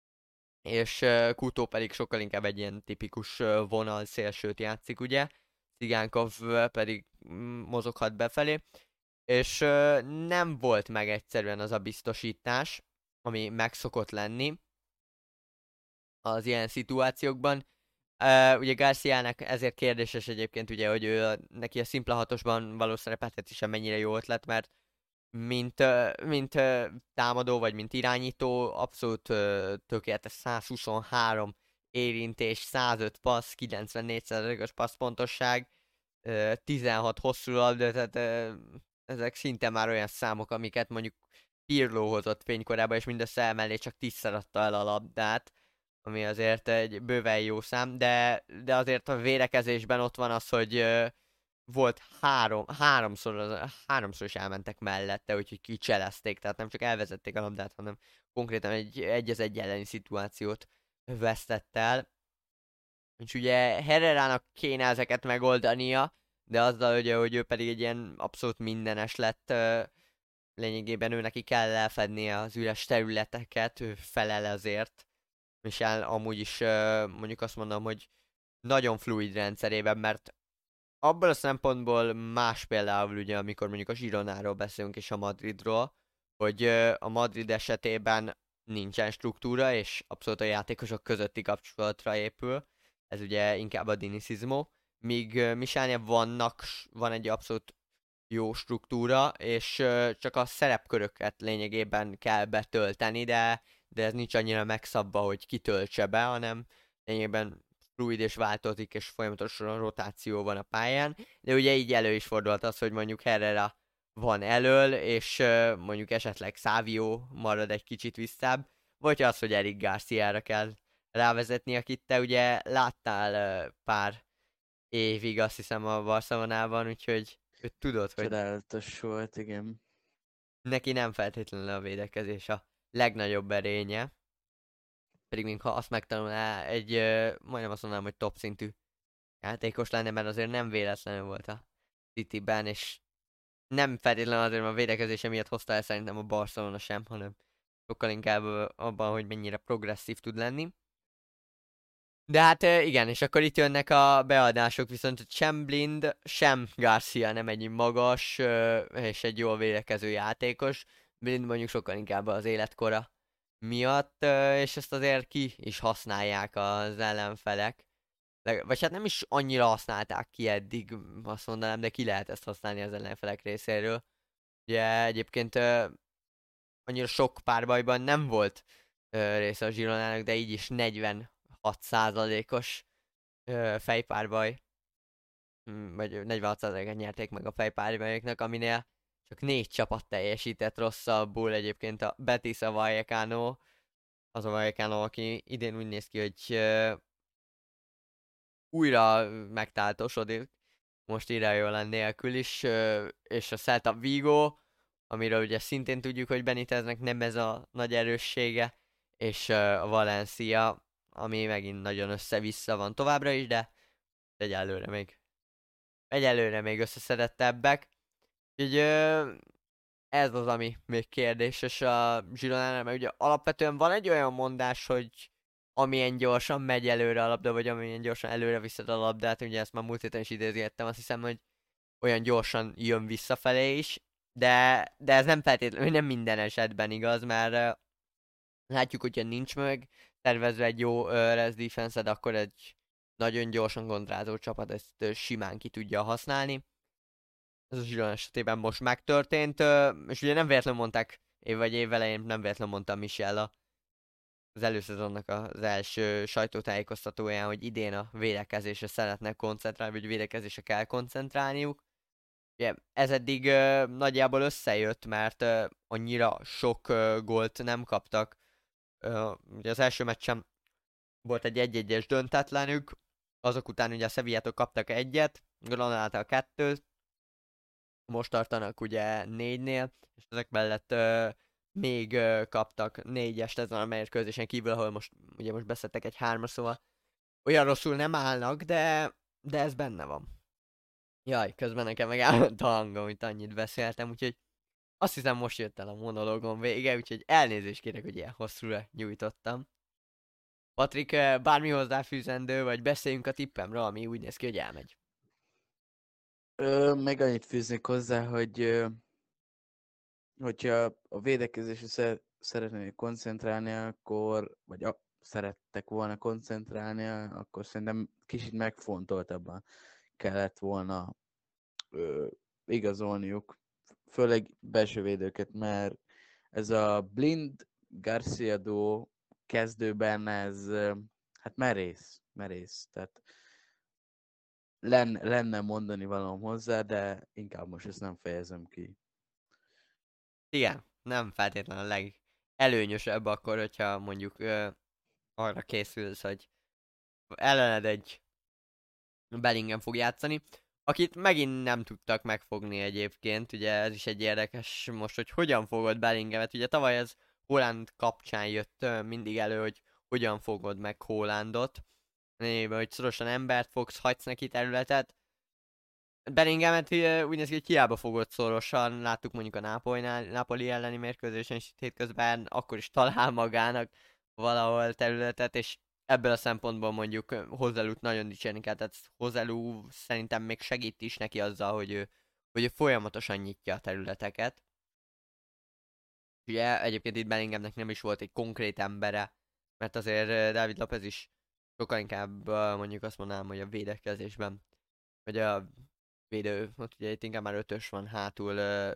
és uh, Kuto pedig sokkal inkább egy ilyen tipikus uh, vonal szélsőt játszik, ugye, Cigánkov pedig mm, mozoghat befelé, és ö, nem volt meg egyszerűen az a biztosítás, ami meg szokott lenni az ilyen szituációkban. Uh, ugye Garciának ezért kérdéses egyébként ugye, hogy ő, a- neki a szimpla hatosban való szerepeltetése mennyire jó ötlet, mert mint, uh, mint uh, támadó vagy mint irányító abszolút uh, tökéletes százhuszonhárom érintés, százöt passz, kilencvennégy százalékos passzpontosság, uh, tizenhat hosszú labda, tehát uh, ezek szinte már olyan számok, amiket mondjuk Pirlo hozott fénykorában, és mindössze emellé csak tízszer adta el a labdát, ami azért egy bőven jó szám, de, de azért a védekezésben ott van az, hogy ö, volt három, háromszor, az, háromszor is elmentek mellette, úgyhogy kicselezték, tehát nem csak elvezették a labdát, hanem konkrétan egy, egy az egy elleni szituációt vesztett el. És ugye Herrerának kéne ezeket megoldania, de azzal ugye, hogy ő pedig egy ilyen abszolút mindenes lett, ö, lényegében ő neki kell elfednie az üres területeket, ő felel ezért. Michel amúgy is ö, mondjuk azt mondom, hogy nagyon fluid rendszerében, mert abból a szempontból más például ugye, amikor mondjuk a Gironáról beszélünk és a Madridról, hogy ö, a Madrid esetében nincsen struktúra, és abszolút a játékosok közötti kapcsolatra épül. Ez ugye inkább a dinizizmo. Míg ö, Michelnél vannak, van egy abszolút jó struktúra, és ö, csak a szerepköröket lényegében kell betölteni, de, de ez nincs annyira megszabva, hogy kitöltse be, hanem lényegében fluid és változik, és folyamatosan rotáció van a pályán, de ugye így elő is fordult az, hogy mondjuk Herrera van elől, és ö, mondjuk esetleg Savio marad egy kicsit visszább, vagy az, hogy Eric Garciára kell rávezetni, akit te ugye láttál ö, pár évig, azt hiszem a Barcelonában, úgyhogy ő tudod, hogy Csodálatos volt, igen. neki nem feltétlenül a védekezés a legnagyobb erénye. Pedig még ha azt megtanulná, egy, ö, majdnem azt mondanám, hogy top szintű játékos lenne, mert azért nem véletlenül volt a Cityben, és nem feltétlenül azért a védekezése miatt hozta el szerintem a Barcelona sem, hanem sokkal inkább ö, abban, hogy mennyire progresszív tud lenni. De hát ö, igen, és akkor itt jönnek a beadások, viszont sem Blind, sem Garcia nem egy magas ö, és egy jól védekező játékos. Blind mondjuk sokkal inkább az életkora miatt, ö, és ezt azért ki is használják az ellenfelek. Leg- Vagy hát nem is annyira használták ki eddig, azt mondanám, de ki lehet ezt használni az ellenfelek részéről. Ugye egyébként ö, annyira sok párbajban nem volt ö, része a Gironának, de így is negyvenhat százalékos ö, fejpárbaj, mm, vagy negyvenhat százalékot nyerték meg a fejpárbajoknak, aminél csak négy csapat teljesített rosszabbul, egyébként a Betis, a Vallecano, az a Vallecano, aki idén úgy néz ki, hogy ö, újra megtáltosodik, most Iraola nélkül is, ö, és a Celta Vigo, amiről ugye szintén tudjuk, hogy Beniteznek nem ez a nagy erőssége, és ö, a Valencia, ami megint nagyon össze-vissza van továbbra is, de egyelőre még egyelőre még összeszedettebbek. Úgyhogy ö, ez az, ami még kérdéses a Gironánál, mert ugye alapvetően van egy olyan mondás, hogy amilyen gyorsan megy előre a labda, vagy amilyen gyorsan előre viszed a labdát, ugye ezt már múlt héten is idézgettem, azt hiszem, hogy olyan gyorsan jön visszafelé is, de, de ez nem feltétlenül, nem minden esetben igaz, mert uh, látjuk, hogyha nincs meg tervezve egy jó uh, rez defense akkor egy nagyon gyorsan kontrázó csapat ezt uh, simán ki tudja használni. Ez a Zsiron esetében most megtörtént, uh, és ugye nem véletlenül mondták, év vagy év elején nem véletlenül mondta Michel a az előszezonnak az első sajtótájékoztatóján, hogy idén a védekezésre szeretnek koncentrálni, vagy védekezésre kell koncentrálniuk. Ugye, ez eddig ö, nagyjából összejött, mert ö, annyira sok ö, gólt nem kaptak. Ö, ugye az első meccsen volt egy egy-egyes döntetlenük, azok után ugye a Sevillától kaptak egyet, Granadától kettőt, most tartanak ugye négynél, és ezek mellett ö, még ö, kaptak négyest ezen a mérkőzésen kívül, ahol most ugye most beszedtek egy hármas, szóval olyan rosszul nem állnak, de, de ez benne van. Jaj, közben nekem meg elment a hangom, hogy annyit beszéltem, úgyhogy azt hiszem most jött el a monológom vége, úgyhogy elnézést kérek, hogy ilyen hosszúra nyújtottam. Patrik, ö, bármi hozzáfűzendő, vagy beszéljünk a tippemről, ami úgy néz ki, hogy elmegy. Ö, még annyit fűznék hozzá, hogy ö, hogyha a védekezésre szer- szeretnének koncentrálni, akkor, vagy a, szerettek volna koncentrálni, akkor szerintem kicsit megfontoltabban kellett volna ö, igazolniuk, főleg belső védőket, mert ez a Blind Garcia duo kezdőben ez ö, hát merész, merész, tehát lenne, lenne mondani valam hozzá, de inkább most ezt nem fejezem ki. Igen, nem feltétlenül a legelőnyösebb akkor, hogyha mondjuk ö, arra készülsz, hogy ellened egy Bellingham fog játszani, akit megint nem tudtak megfogni egyébként, ugye ez is egy érdekes most, hogy hogyan fogod Bellinghamet, ugye tavaly ez Haaland kapcsán jött ö, mindig elő, hogy hogyan fogod meg Haalandot, lényegében, hogy szorosan embert fogsz, hagysz neki területet. Bellinghamet ö, úgy néz ki, hogy hiába fogod szorosan, láttuk mondjuk a Nápolinál, Napoli elleni mérkőzésen is hétközben, akkor is talál magának valahol területet, és ebből a szempontból mondjuk Hozelút nagyon dicsérni kell, tehát Hozelú szerintem még segít is neki azzal, hogy ő, hogy ő folyamatosan nyitja a területeket. Ugye egyébként itt Bellinghamnek nem is volt egy konkrét embere, mert azért ö, David Lopez is sokkal inkább ö, mondjuk azt mondanám, hogy a védekezésben, vagy a védő, ott ugye itt inkább már ötös van hátul ö,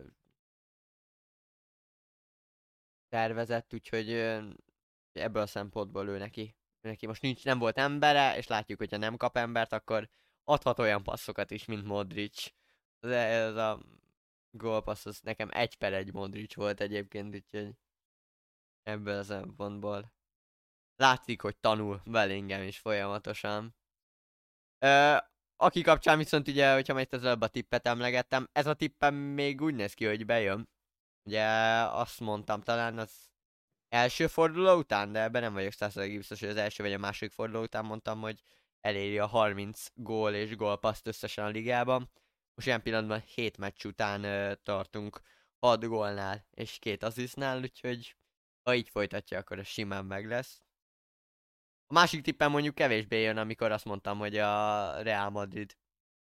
tervezett, úgyhogy ö, ebből a szempontból ő neki, ő neki most nincs, nem volt embere, és látjuk, hogyha nem kap embert, akkor adhat olyan passzokat is, mint Modric. Ez, ez a gólpassz, az nekem egy per egy Modric volt egyébként, úgyhogy ebből a szempontból látszik, hogy tanul Bellingham is folyamatosan. Ö, aki kapcsán viszont ugye, hogyha majd az előbb a tippet emlegettem, ez a tippem még úgy néz ki, hogy bejön. Ugye azt mondtam talán az első forduló után, de ebben nem vagyok százalékig biztos, hogy az első vagy a második forduló után mondtam, hogy eléri a harminc gól és gólpasszt összesen a ligában. Most ilyen pillanatban hét meccs után ö, tartunk hat gólnál és két asszisztnál, úgyhogy ha így folytatja, akkor ez simán meg lesz. A másik tippem mondjuk kevésbé jön, amikor azt mondtam, hogy a Real Madrid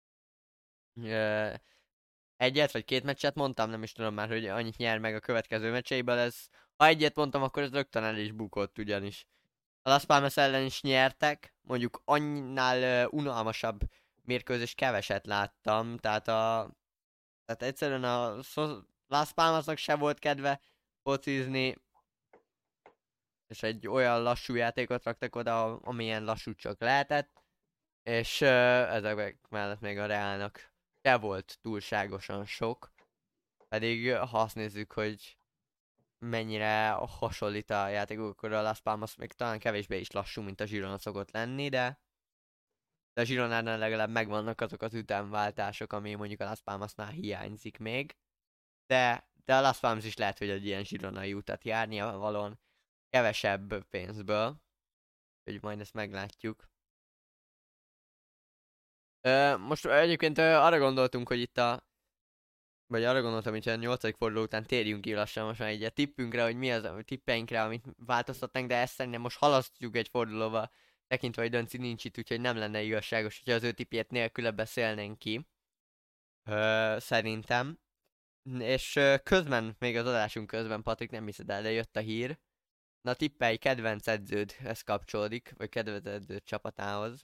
ö, egyet vagy két meccset mondtam, nem is tudom már, hogy annyit nyer meg a következő meccseiből, ez ha egyet mondtam, akkor ez rögtön el is bukott ugyanis. A Las Palmas ellen is nyertek, mondjuk annál uh, unalmasabb mérkőzést keveset láttam, tehát a... Tehát egyszerűen a Szo- Las Palmasnak se volt kedve focizni, és egy olyan lassú játékot raktak oda, amilyen lassú csak lehetett, és uh, ezek mellett még a Realnak se volt túlságosan sok, pedig ha azt nézzük, hogy mennyire hasonlít a játékok, akkor a Las Palmas még talán kevésbé is lassú, mint a Girona szokott lenni, de, de a Gironánál legalább megvannak azok az ütemváltások, ami mondjuk a Las Palmasnál hiányzik még, de, de a Las Palmas is lehet, hogy egy ilyen gironai utat járnia valóan kevesebb pénzből, hogy majd ezt meglátjuk. Ö, most egyébként ö, arra gondoltunk, hogy itt a vagy arra gondoltam, hogy a nyolcadik forduló után térjünk ki lassan most már így a tippünkre, hogy mi az a tippeinkre, amit változtatnánk, de ezt szerintem most halasztjuk egy fordulóval, tekintve, hogy Dönci nincs itt, úgyhogy nem lenne igazságos, hogyha az ő tippjét nélküle beszélnénk ki. Ö, szerintem. És ö, közben, még az adásunk közben, Patrik, nem hiszed el, de jött a hír. Na tippelj, kedvenc edződ, ez kapcsolódik, vagy kedvenc edződ csapatához.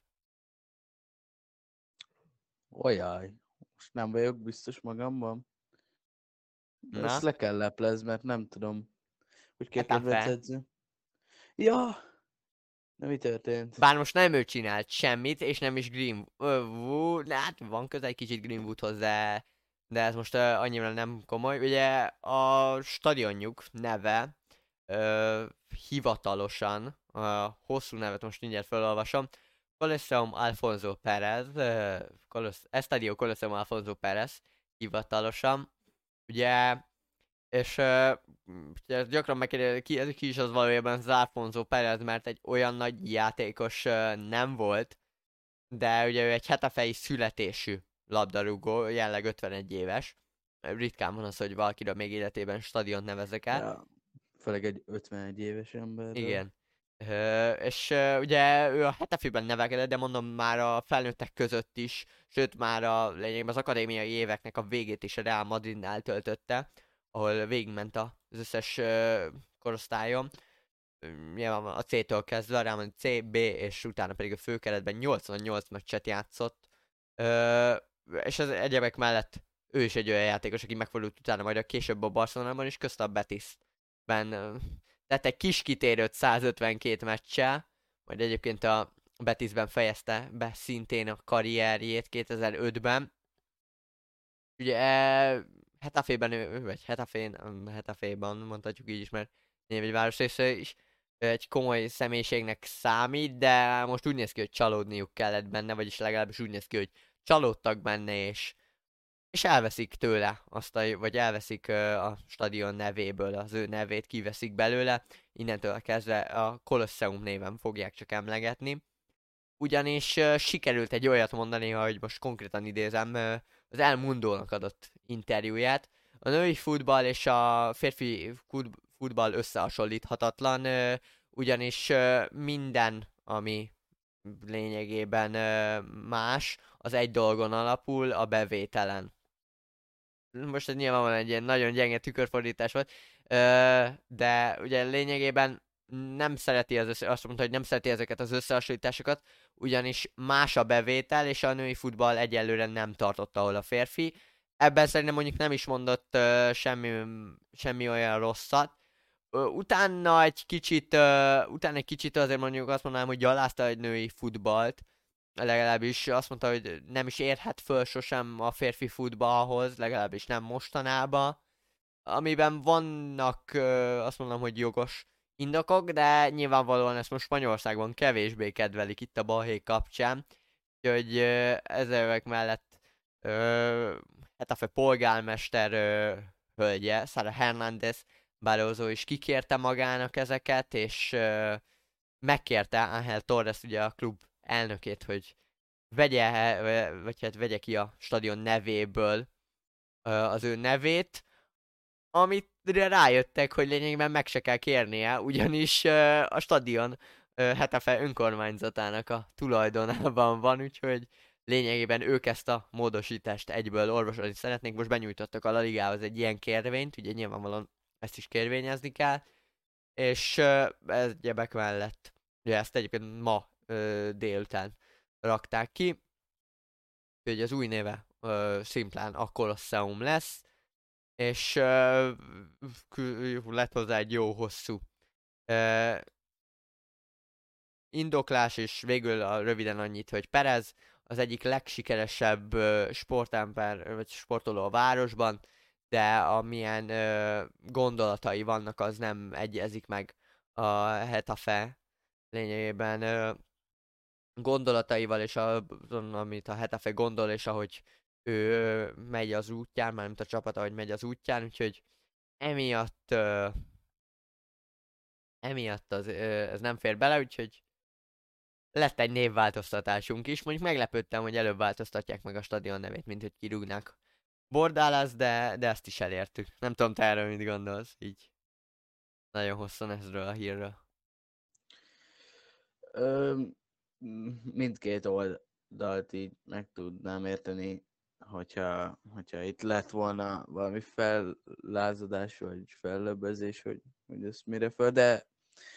Olyaj, most nem vagyok biztos magamban. Ezt Na, le kell leplez, mert nem tudom, hogy ki a kedvenc Etafe. edző. Ja, de mi történt? Bár most nem ő csinált semmit, és nem is Greenwood, hát van közel egy kicsit Greenwoodhoz, de, de ez most uh, annyira nem komoly. Ugye a stadionjuk neve uh, hivatalosan, a uh, hosszú nevet most mindjárt felolvasom, Coliseum Alfonso Pérez, uh, Colos- Estadio Coliseum Alfonso Pérez hivatalosan. Ugye és uh, ugye gyakran megkérdezik, ki, ki is az valójában az Alfonso Perez, mert egy olyan nagy játékos uh, nem volt, de ugye ő egy hetefei születésű labdarúgó, jelenleg ötvenegy éves. Ritkán van az, hogy valakiről még életében stadiont nevezek el. Ja, főleg egy ötvenegy éves emberről. Igen. Ö, és ö, ugye ő a Hetafében nevelkedett, de mondom már a felnőttek között is, sőt már a lényegében az akadémiai éveknek a végét is a Real Madridnál töltötte, ahol végigment az összes ö, korosztályon. Ö, Nyilván a C-től kezdve, a Real Madrid C, B, és utána pedig a főkeretben nyolcvannyolc meccset játszott. Ö, és az egyebek mellett ő is egy olyan játékos, aki megfordult utána majd a később a Barcelonában, és közt a Betisben tett egy kis kitérőt százötvenkét meccsel, majd egyébként a Betisben fejezte be szintén a karrierjét kétezer-ötben. Ugye Hetafében, ő- vagy Hetafén, Hetaféban mondhatjuk így is, mert név egy város is egy komoly személyiségnek számít, de most úgy néz ki, hogy csalódniuk kellett benne, vagyis legalábbis úgy néz ki, hogy csalódtak benne, és és elveszik tőle azt a, vagy elveszik ö, a stadion nevéből az ő nevét, kiveszik belőle, innentől kezdve a Colosseum néven fogják csak emlegetni. Ugyanis ö, sikerült egy olyat mondani, hogy most konkrétan idézem, ö, az El Mundónak adott interjúját. A női futball és a férfi fut- futball összehasonlíthatatlan, ö, ugyanis ö, minden, ami lényegében ö, más, az egy dolgon alapul, a bevételen. Most ez nyilvánvalóan egy ilyen nagyon gyenge tükörfordítás volt, ö, de ugye lényegében nem szereti az össze, azt mondta, hogy nem szereti ezeket az összehasonlításokat, ugyanis más a bevétel, és a női futball egyelőre nem tartott, ahol a férfi. Ebben szerintem mondjuk nem is mondott ö, semmi, semmi olyan rosszat. Ö, utána egy kicsit, ö, utána egy kicsit azért mondjuk azt mondanám, hogy gyalázta egy női futballt, legalábbis azt mondta, hogy nem is érhet föl sosem a férfi futballhoz, legalábbis nem mostanában, amiben vannak, ö, azt mondom, hogy jogos indokok, de nyilvánvalóan ezt most Spanyolországban kevésbé kedvelik itt a balhé kapcsán, úgyhogy ö, ezek mellett ö, hát a polgármester ö, hölgye, Sara Hernández Barroso is kikérte magának ezeket, és ö, megkérte Ángel Torres, ugye a klub elnökét, hogy vegye, vagy hát vegye ki a stadion nevéből az ő nevét, amit rájöttek, hogy lényegében meg se kell kérnie, ugyanis a stadion Hetafe önkormányzatának a tulajdonában van, úgyhogy lényegében ők ezt a módosítást egyből orvosolni szeretnék. Most benyújtottak a La Ligához egy ilyen kérvényt, ugye nyilvánvalóan ezt is kérvényezni kell, és ez egyebek mellett, ugye ezt egyébként ma ö, délután rakták ki, hogy az új neve ö, szimplán a Colosseum lesz, és ö, lett hozzá egy jó hosszú ö, indoklás, és végül a, röviden annyit, hogy Perez az egyik legsikeresebb ö, sportember, vagy sportoló a városban, de amilyen ö, gondolatai vannak, az nem egyezik meg a Hetafe lényegében ö, gondolataival, és a, amit a Hetafe gondol, és ahogy ő megy az útján, mármint a csapat, ahogy megy az útján, úgyhogy emiatt ö, emiatt az, ö, ez nem fér bele, úgyhogy lett egy névváltoztatásunk is. Mondjuk meglepődtem, hogy előbb változtatják meg a stadion nevét, mint hogy kirúgnák Bordálász, de, de ezt is elértük. Nem tudom, te erről mit gondolsz, így nagyon hosszan ezről a hírről. Ö, mindkét oldalt így meg tudnám érteni, hogyha, hogyha itt lett volna valami fellázadás, vagy fellöbbezés, hogy, hogy ez mire föl, de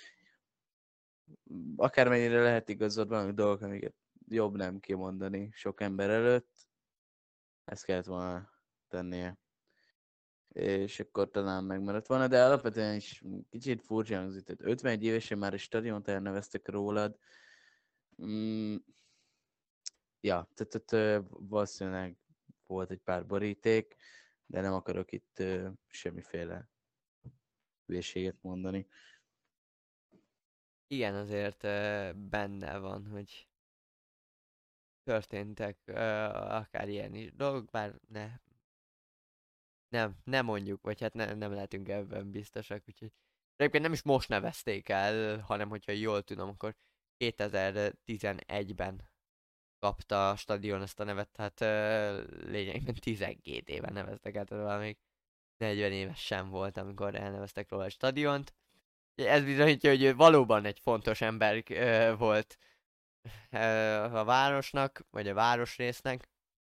akármennyire lehet igazad, vannak dolgok, amiket jobb nem kimondani sok ember előtt, ezt kellett volna tennie. És akkor talán megmaradt volna, de alapvetően is kicsit furcsa hangzik, tehát ötvenegy évesen már a stadiont elneveztek rólad. Mm, ja, tehát ott valószínűleg volt egy pár boríték, de nem akarok itt ö, semmiféle hülyeséget mondani. Igen, azért ö, benne van, hogy történtek ö, akár ilyen is dolgok, bár ne, nem, nem mondjuk, vagy hát ne, nem lehetünk ebben biztosak, úgyhogy egyébként nem is most nevezték el, hanem hogyha jól tudom, akkor kétezer-tizenegyben kapta a stadion ezt a nevet, tehát ö, lényegében tizenkét éve neveztek el, tehát valami negyven éves sem volt, amikor elneveztek róla a stadiont. Ez bizonyítja, hogy ő valóban egy fontos ember ö, volt ö, a városnak, vagy a városrésznek.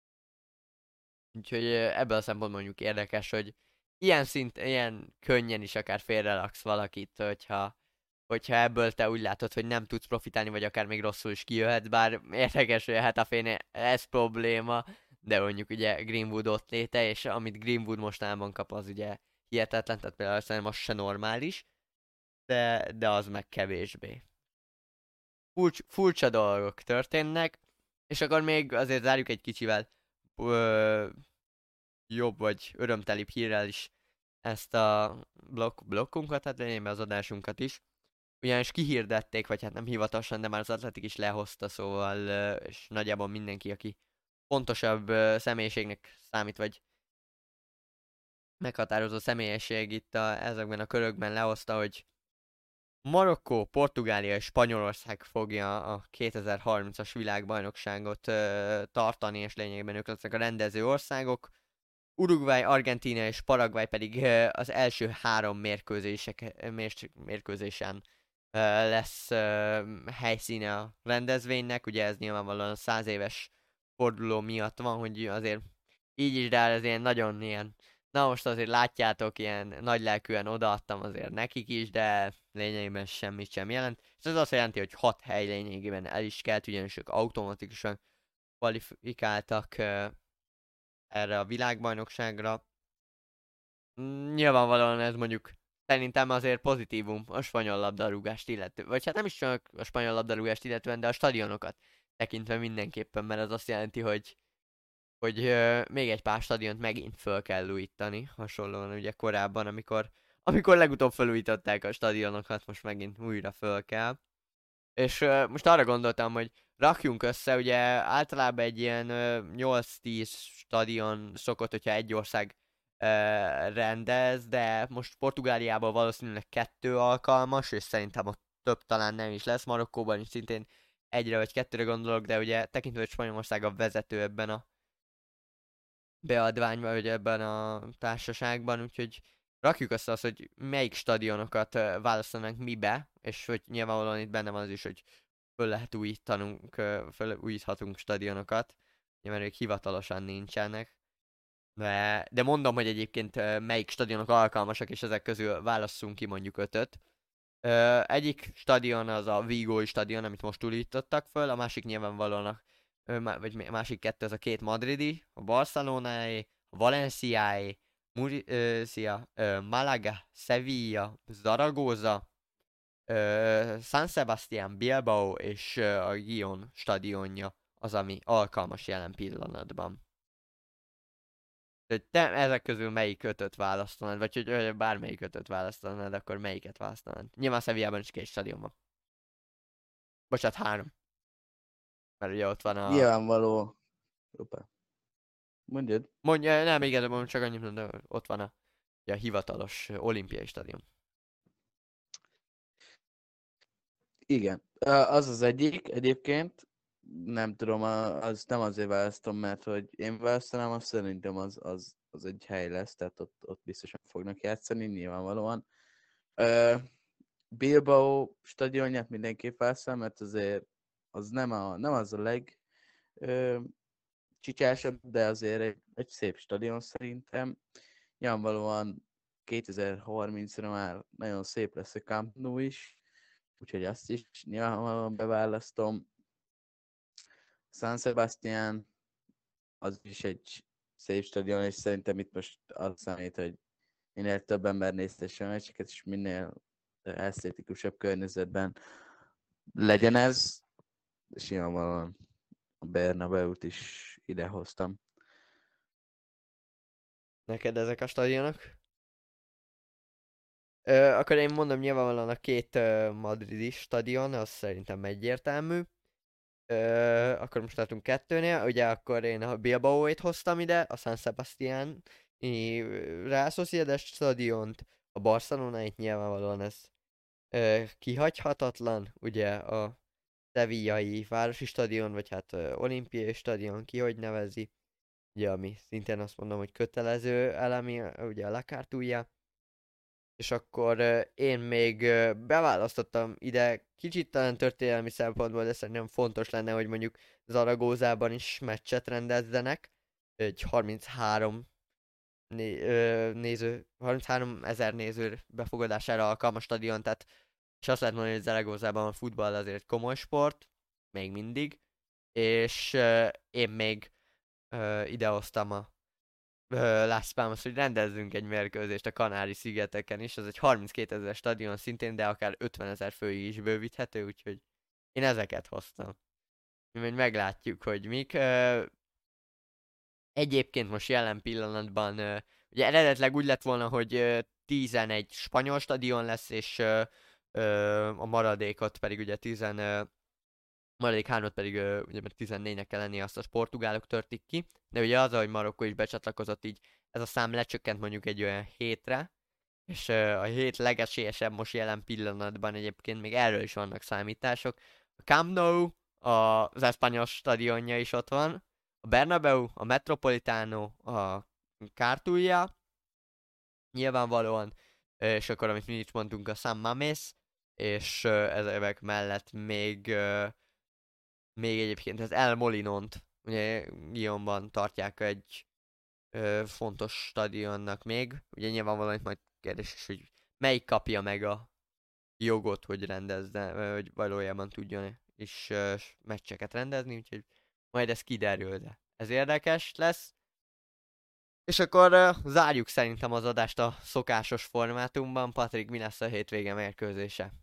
Úgyhogy ö, ebből a szempontból mondjuk érdekes, hogy ilyen szint, ilyen könnyen is akár félrelaksz valakit, hogyha, hogyha ebből te úgy látod, hogy nem tudsz profitálni, vagy akár még rosszul is kijöhetsz, bár érdekes, hogy hát a féne ez probléma, de mondjuk ugye Greenwood ott léte, és amit Greenwood mostanában kap, az ugye hihetetlen, tehát például szerintem az se normális, de, de az meg kevésbé. Furcs, furcsa dolgok történnek, és akkor még azért zárjuk egy kicsivel ö, jobb vagy örömtelibb hírrel is ezt a blokk, blokkunkat, hát lényegében az adásunkat is. Ugyanis kihirdették, vagy hát nem hivatalosan, de már az Atletik is lehozta, szóval, ö, és nagyjából mindenki, aki fontosabb ö, személyiségnek számít, vagy meghatározó személyiség itt a, ezekben a körökben lehozta, hogy Marokkó, Portugália és Spanyolország fogja a kétezer-harmincas világbajnokságot ö, tartani, és lényegében ők lesznek a rendező országok. Uruguay, Argentína és Paraguay pedig ö, az első három mérkőzések, mér- mérkőzésen ö, lesz ö, helyszíne a rendezvénynek. Ugye ez nyilvánvalóan a száz éves forduló miatt van, hogy azért így is, de ez ilyen nagyon ilyen. Na most azért látjátok, ilyen nagylelkűen odaadtam azért nekik is, de lényegében semmit sem jelent. És ez azt jelenti, hogy hat hely lényegében el is kelt, ugyanis ők automatikusan kvalifikáltak uh, erre a világbajnokságra. Mm, nyilvánvalóan ez mondjuk szerintem azért pozitívum a spanyol labdarúgást illető. Vagy hát nem is csak a spanyol labdarúgást illetően, de a stadionokat tekintve mindenképpen, mert az azt jelenti, hogy hogy ö, még egy pár stadiont megint föl kell újítani, hasonlóan ugye korábban, amikor, amikor legutóbb felújították a stadionokat, most megint újra föl kell. És ö, most arra gondoltam, hogy rakjunk össze, ugye általában egy ilyen ö, nyolc-tíz stadion szokott, hogyha egy ország ö, rendez, de most Portugáliában valószínűleg kettő alkalmas, és szerintem ott több talán nem is lesz, Marokkóban is szintén egyre vagy kettőre gondolok, de ugye tekintve, hogy Spanyolország a vezető ebben a beadványban, vagy ebben a társaságban, úgyhogy rakjuk össze azt, hogy melyik stadionokat ö, választanak mibe, és hogy nyilvánvalóan itt benne van az is, hogy föl lehet újítanunk, ö, föl újíthatunk stadionokat, ugye, mert ők hivatalosan nincsenek, de, de mondom, hogy egyébként ö, melyik stadionok alkalmasak, és ezek közül válasszunk ki mondjuk ötöt. Ö, egyik stadion az a Vigói stadion, amit most újítottak föl, a másik nyilvánvalóan a ö, má- vagy mi- másik kettő az a két madridi, a Barcelonaé, a Valenciaé, Murcia, ö, Malaga, Sevilla, Zaragoza, ö, San Sebastián, Bilbao és ö, a Gion stadionja az, ami alkalmas jelen pillanatban. Tehát te ezek közül melyik ötöt választanád, vagy hogy ö, bármelyik ötöt választanád, akkor melyiket választanád? Nyilván Sevillában is két stadion van. Bocsát, három. Mert ugye ott van a... Nyilvánvaló. Opa. Mondjad. Mondja, nem, igazából csak annyit mondom, hogy ott van a, ugye, a hivatalos ö, olimpiai stadion. Igen. Ö, Az az egyik egyébként. Nem tudom, a- az nem azért választom, mert hogy én választanám, azt szerintem az, az, az egy hely lesz, tehát ott, ott biztosan fognak játszani, nyilvánvalóan. Ö, Bilbao stadionját mindenképp választom, mert azért az nem, a, nem az a leg ö, csicsásabb, de azért egy, egy szép stadion szerintem. Nyilvánvalóan kétezer-harmincra már nagyon szép lesz a Camp Nou is, úgyhogy azt is nyilvánvalóan beválasztom. San Sebastián, az is egy szép stadion, és szerintem itt most az számít, hogy minél több ember néztesse a meccseket, és minél esztétikusabb környezetben legyen ez, és nyilvánvalóan a Bernabeu-t is idehoztam. Neked ezek a stadionok? Ö, akkor én mondom nyilvánvalóan a két ö, madridi stadion, az szerintem egyértelmű. Ö, akkor most tartunk kettőnél, ugye akkor én a Bilbao-t hoztam ide, a San Sebastián Real Sociedad stadiont, a Barcelonát nyilvánvalóan ez ö, kihagyhatatlan, ugye a Sevillai városi stadion, vagy hát ö, olimpiai stadion, ki hogy nevezi, ugye ami szintén azt mondom, hogy kötelező elemi, ugye a La Cartuja, és akkor ö, én még ö, beválasztottam ide, kicsit talán történelmi szempontból, de szerintem fontos lenne, hogy mondjuk Zaragozában is meccset rendezzenek, egy harminchárom né- ö, néző, harminchárom ezer néző befogadására alkalmas stadion, tehát és azt lehet mondani, hogy Zaragozában a futball azért komoly sport, még mindig, és ö, én még ö, idehoztam a ö, Las Palmas, hogy rendezzünk egy mérkőzést a Kanári-szigeteken is, az egy harminckétezer stadion szintén, de akár ötvenezer főig is bővíthető, úgyhogy én ezeket hoztam. Majd meglátjuk, hogy mik. Ö, egyébként most jelen pillanatban, ö, ugye eredetileg úgy lett volna, hogy ö, tizenegy spanyol stadion lesz, és ö, ö, a maradékot pedig ugye tíz, ö, maradék hármat pedig ö, ugye mert tizennégynek kell lenni, azt a portugálok törtik ki, de ugye az, hogy Marokkó is becsatlakozott, így ez a szám lecsökkent mondjuk egy olyan hétre, és ö, a hét legesélyesebb most jelen pillanatban egyébként még erről is vannak számítások. A Camp Nou, a, az Espanyol stadionja is ott van, a Bernabeu, a Metropolitano, a Cartuja, nyilvánvalóan, és akkor amit mi is mondtunk, a San Mamés, és ö, ezek mellett még ö, még egyébként az El Molinont, ugye Lyonban tartják egy ö, fontos stadionnak még. Ugye nyilvánvalóan itt majd kérdés is, hogy melyik kapja meg a jogot, hogy rendezze, ö, hogy valójában tudjon is ö, meccseket rendezni, úgyhogy majd ez kiderül, de ez érdekes lesz. És akkor ö, zárjuk szerintem az adást a szokásos formátumban. Patrik, mi lesz a hétvége mérkőzése?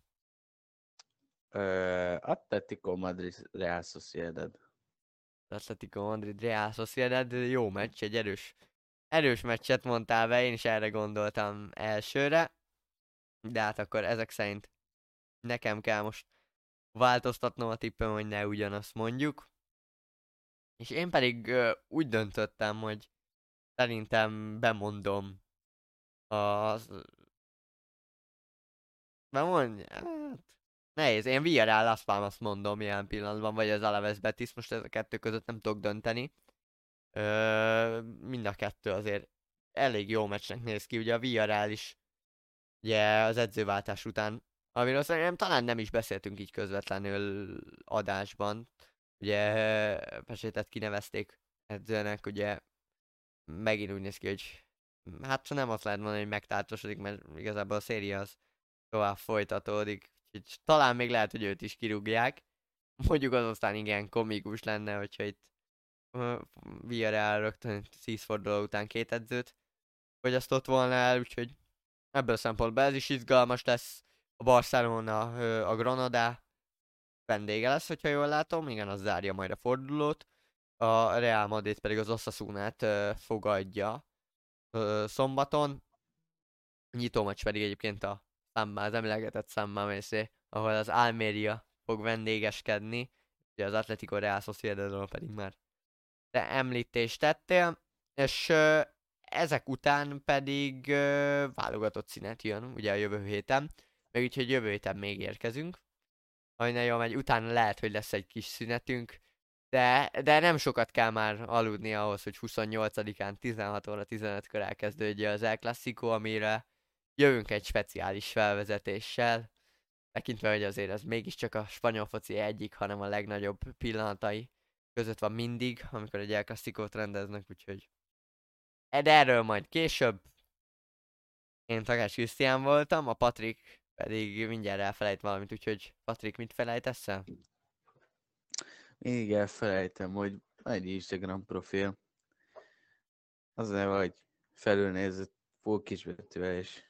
Ö, Atletico Madrid Real Sociedad. Atletico Madrid Real Sociedad, jó meccs, egy erős, erős meccset mondtál be, én is erre gondoltam elsőre, de hát akkor ezek szerint nekem kell most változtatnom a tippem, hogy ne ugyanazt mondjuk. És én pedig ö, úgy döntöttem, hogy szerintem bemondom az... Bemondja? Hát... Nehéz, én Villarreal Las Palmas mondom jelen pillanatban, vagy az Alaves Betis, most ez a kettő között nem tudok dönteni. Ö, mind a kettő azért elég jó meccsnek néz ki, ugye a Villarreal is ugye az edzőváltás után, amiről szerintem talán nem is beszéltünk így közvetlenül adásban, ugye Pesétet kinevezték edzőnek, ugye megint úgy néz ki, hogy hát nem azt lehet mondani, hogy megtáltosodik, mert igazából a széria az tovább folytatódik, úgyhogy talán még lehet, hogy őt is kirúgják, mondjuk az aztán igen komikus lenne, hogyha itt uh, Villarreal rögtön szízforduló után két edzőt fogyasztott volna el, úgyhogy ebből a szempontból ez is izgalmas lesz. A Barcelona ö, a Granada vendége lesz, hogyha jól látom, igen, az zárja majd a fordulót. A Real Madrid pedig az Osasunát ö, fogadja ö, szombaton. A nyitó meccs pedig egyébként a Samba, az emlegetett Samba Messi, ahol az Almeria fog vendégeskedni, ugye az Atletico Real Sociedadról pedig már te említést tettél, és ö, ezek után pedig ö, válogatott szünet jön, ugye a jövő héten, meg úgyhogy jövő héten még érkezünk. Ajna jól megy, utána lehet, hogy lesz egy kis szünetünk, de, de nem sokat kell már aludni ahhoz, hogy huszonnyolcadikán tizenhat óra tizenötkor elkezdődjön az El Clasico, amire jövünk egy speciális felvezetéssel, tekintve, hogy azért ez mégiscsak a spanyol foci egyik, hanem a legnagyobb pillanatai között van mindig, amikor egy El Clasicót rendeznek, úgyhogy de erről majd később. Én Takács Krisztián voltam, a Patrik pedig mindjárt elfelejt valamit, úgyhogy Patrik, mit felejtesz el? Még elfelejtem, hogy egy Instagram profil. Az a neve, hogy felülnézett full kisbetűvel és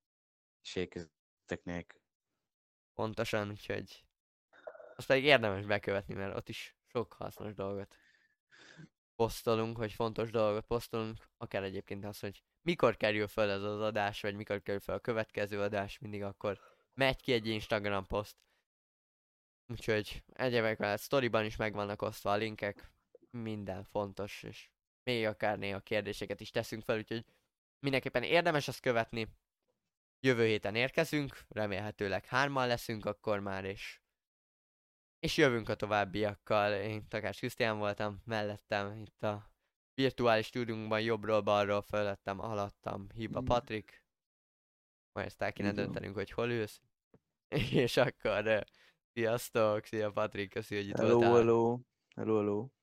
sékezetek nélkül. Pontosan, úgyhogy azt pedig érdemes bekövetni, mert ott is sok hasznos dolgot posztolunk, hogy fontos dolgot posztolunk, akár egyébként az, hogy mikor kerül fel ez az adás, vagy mikor kerül fel a következő adás, mindig akkor megy ki egy Instagram poszt. Úgyhogy egyébként mellett sztoriban is meg vannak osztva a linkek, minden fontos, és még akár néha kérdéseket is teszünk fel, úgyhogy mindenképpen érdemes ezt követni. Jövő héten érkezünk, remélhetőleg hárman leszünk akkor már, és és jövünk a továbbiakkal. Én Takács Krisztián voltam, mellettem itt a virtuális stúdiunkban jobbról-balról fölöttem, alattam Hiba Patrik. majd ezt el kéne Így van. döntenünk, hogy hol ülsz. És akkor, ö, sziasztok, szia Patrik, köszi, hogy itt Hello, voltál. hello. Hello, hello.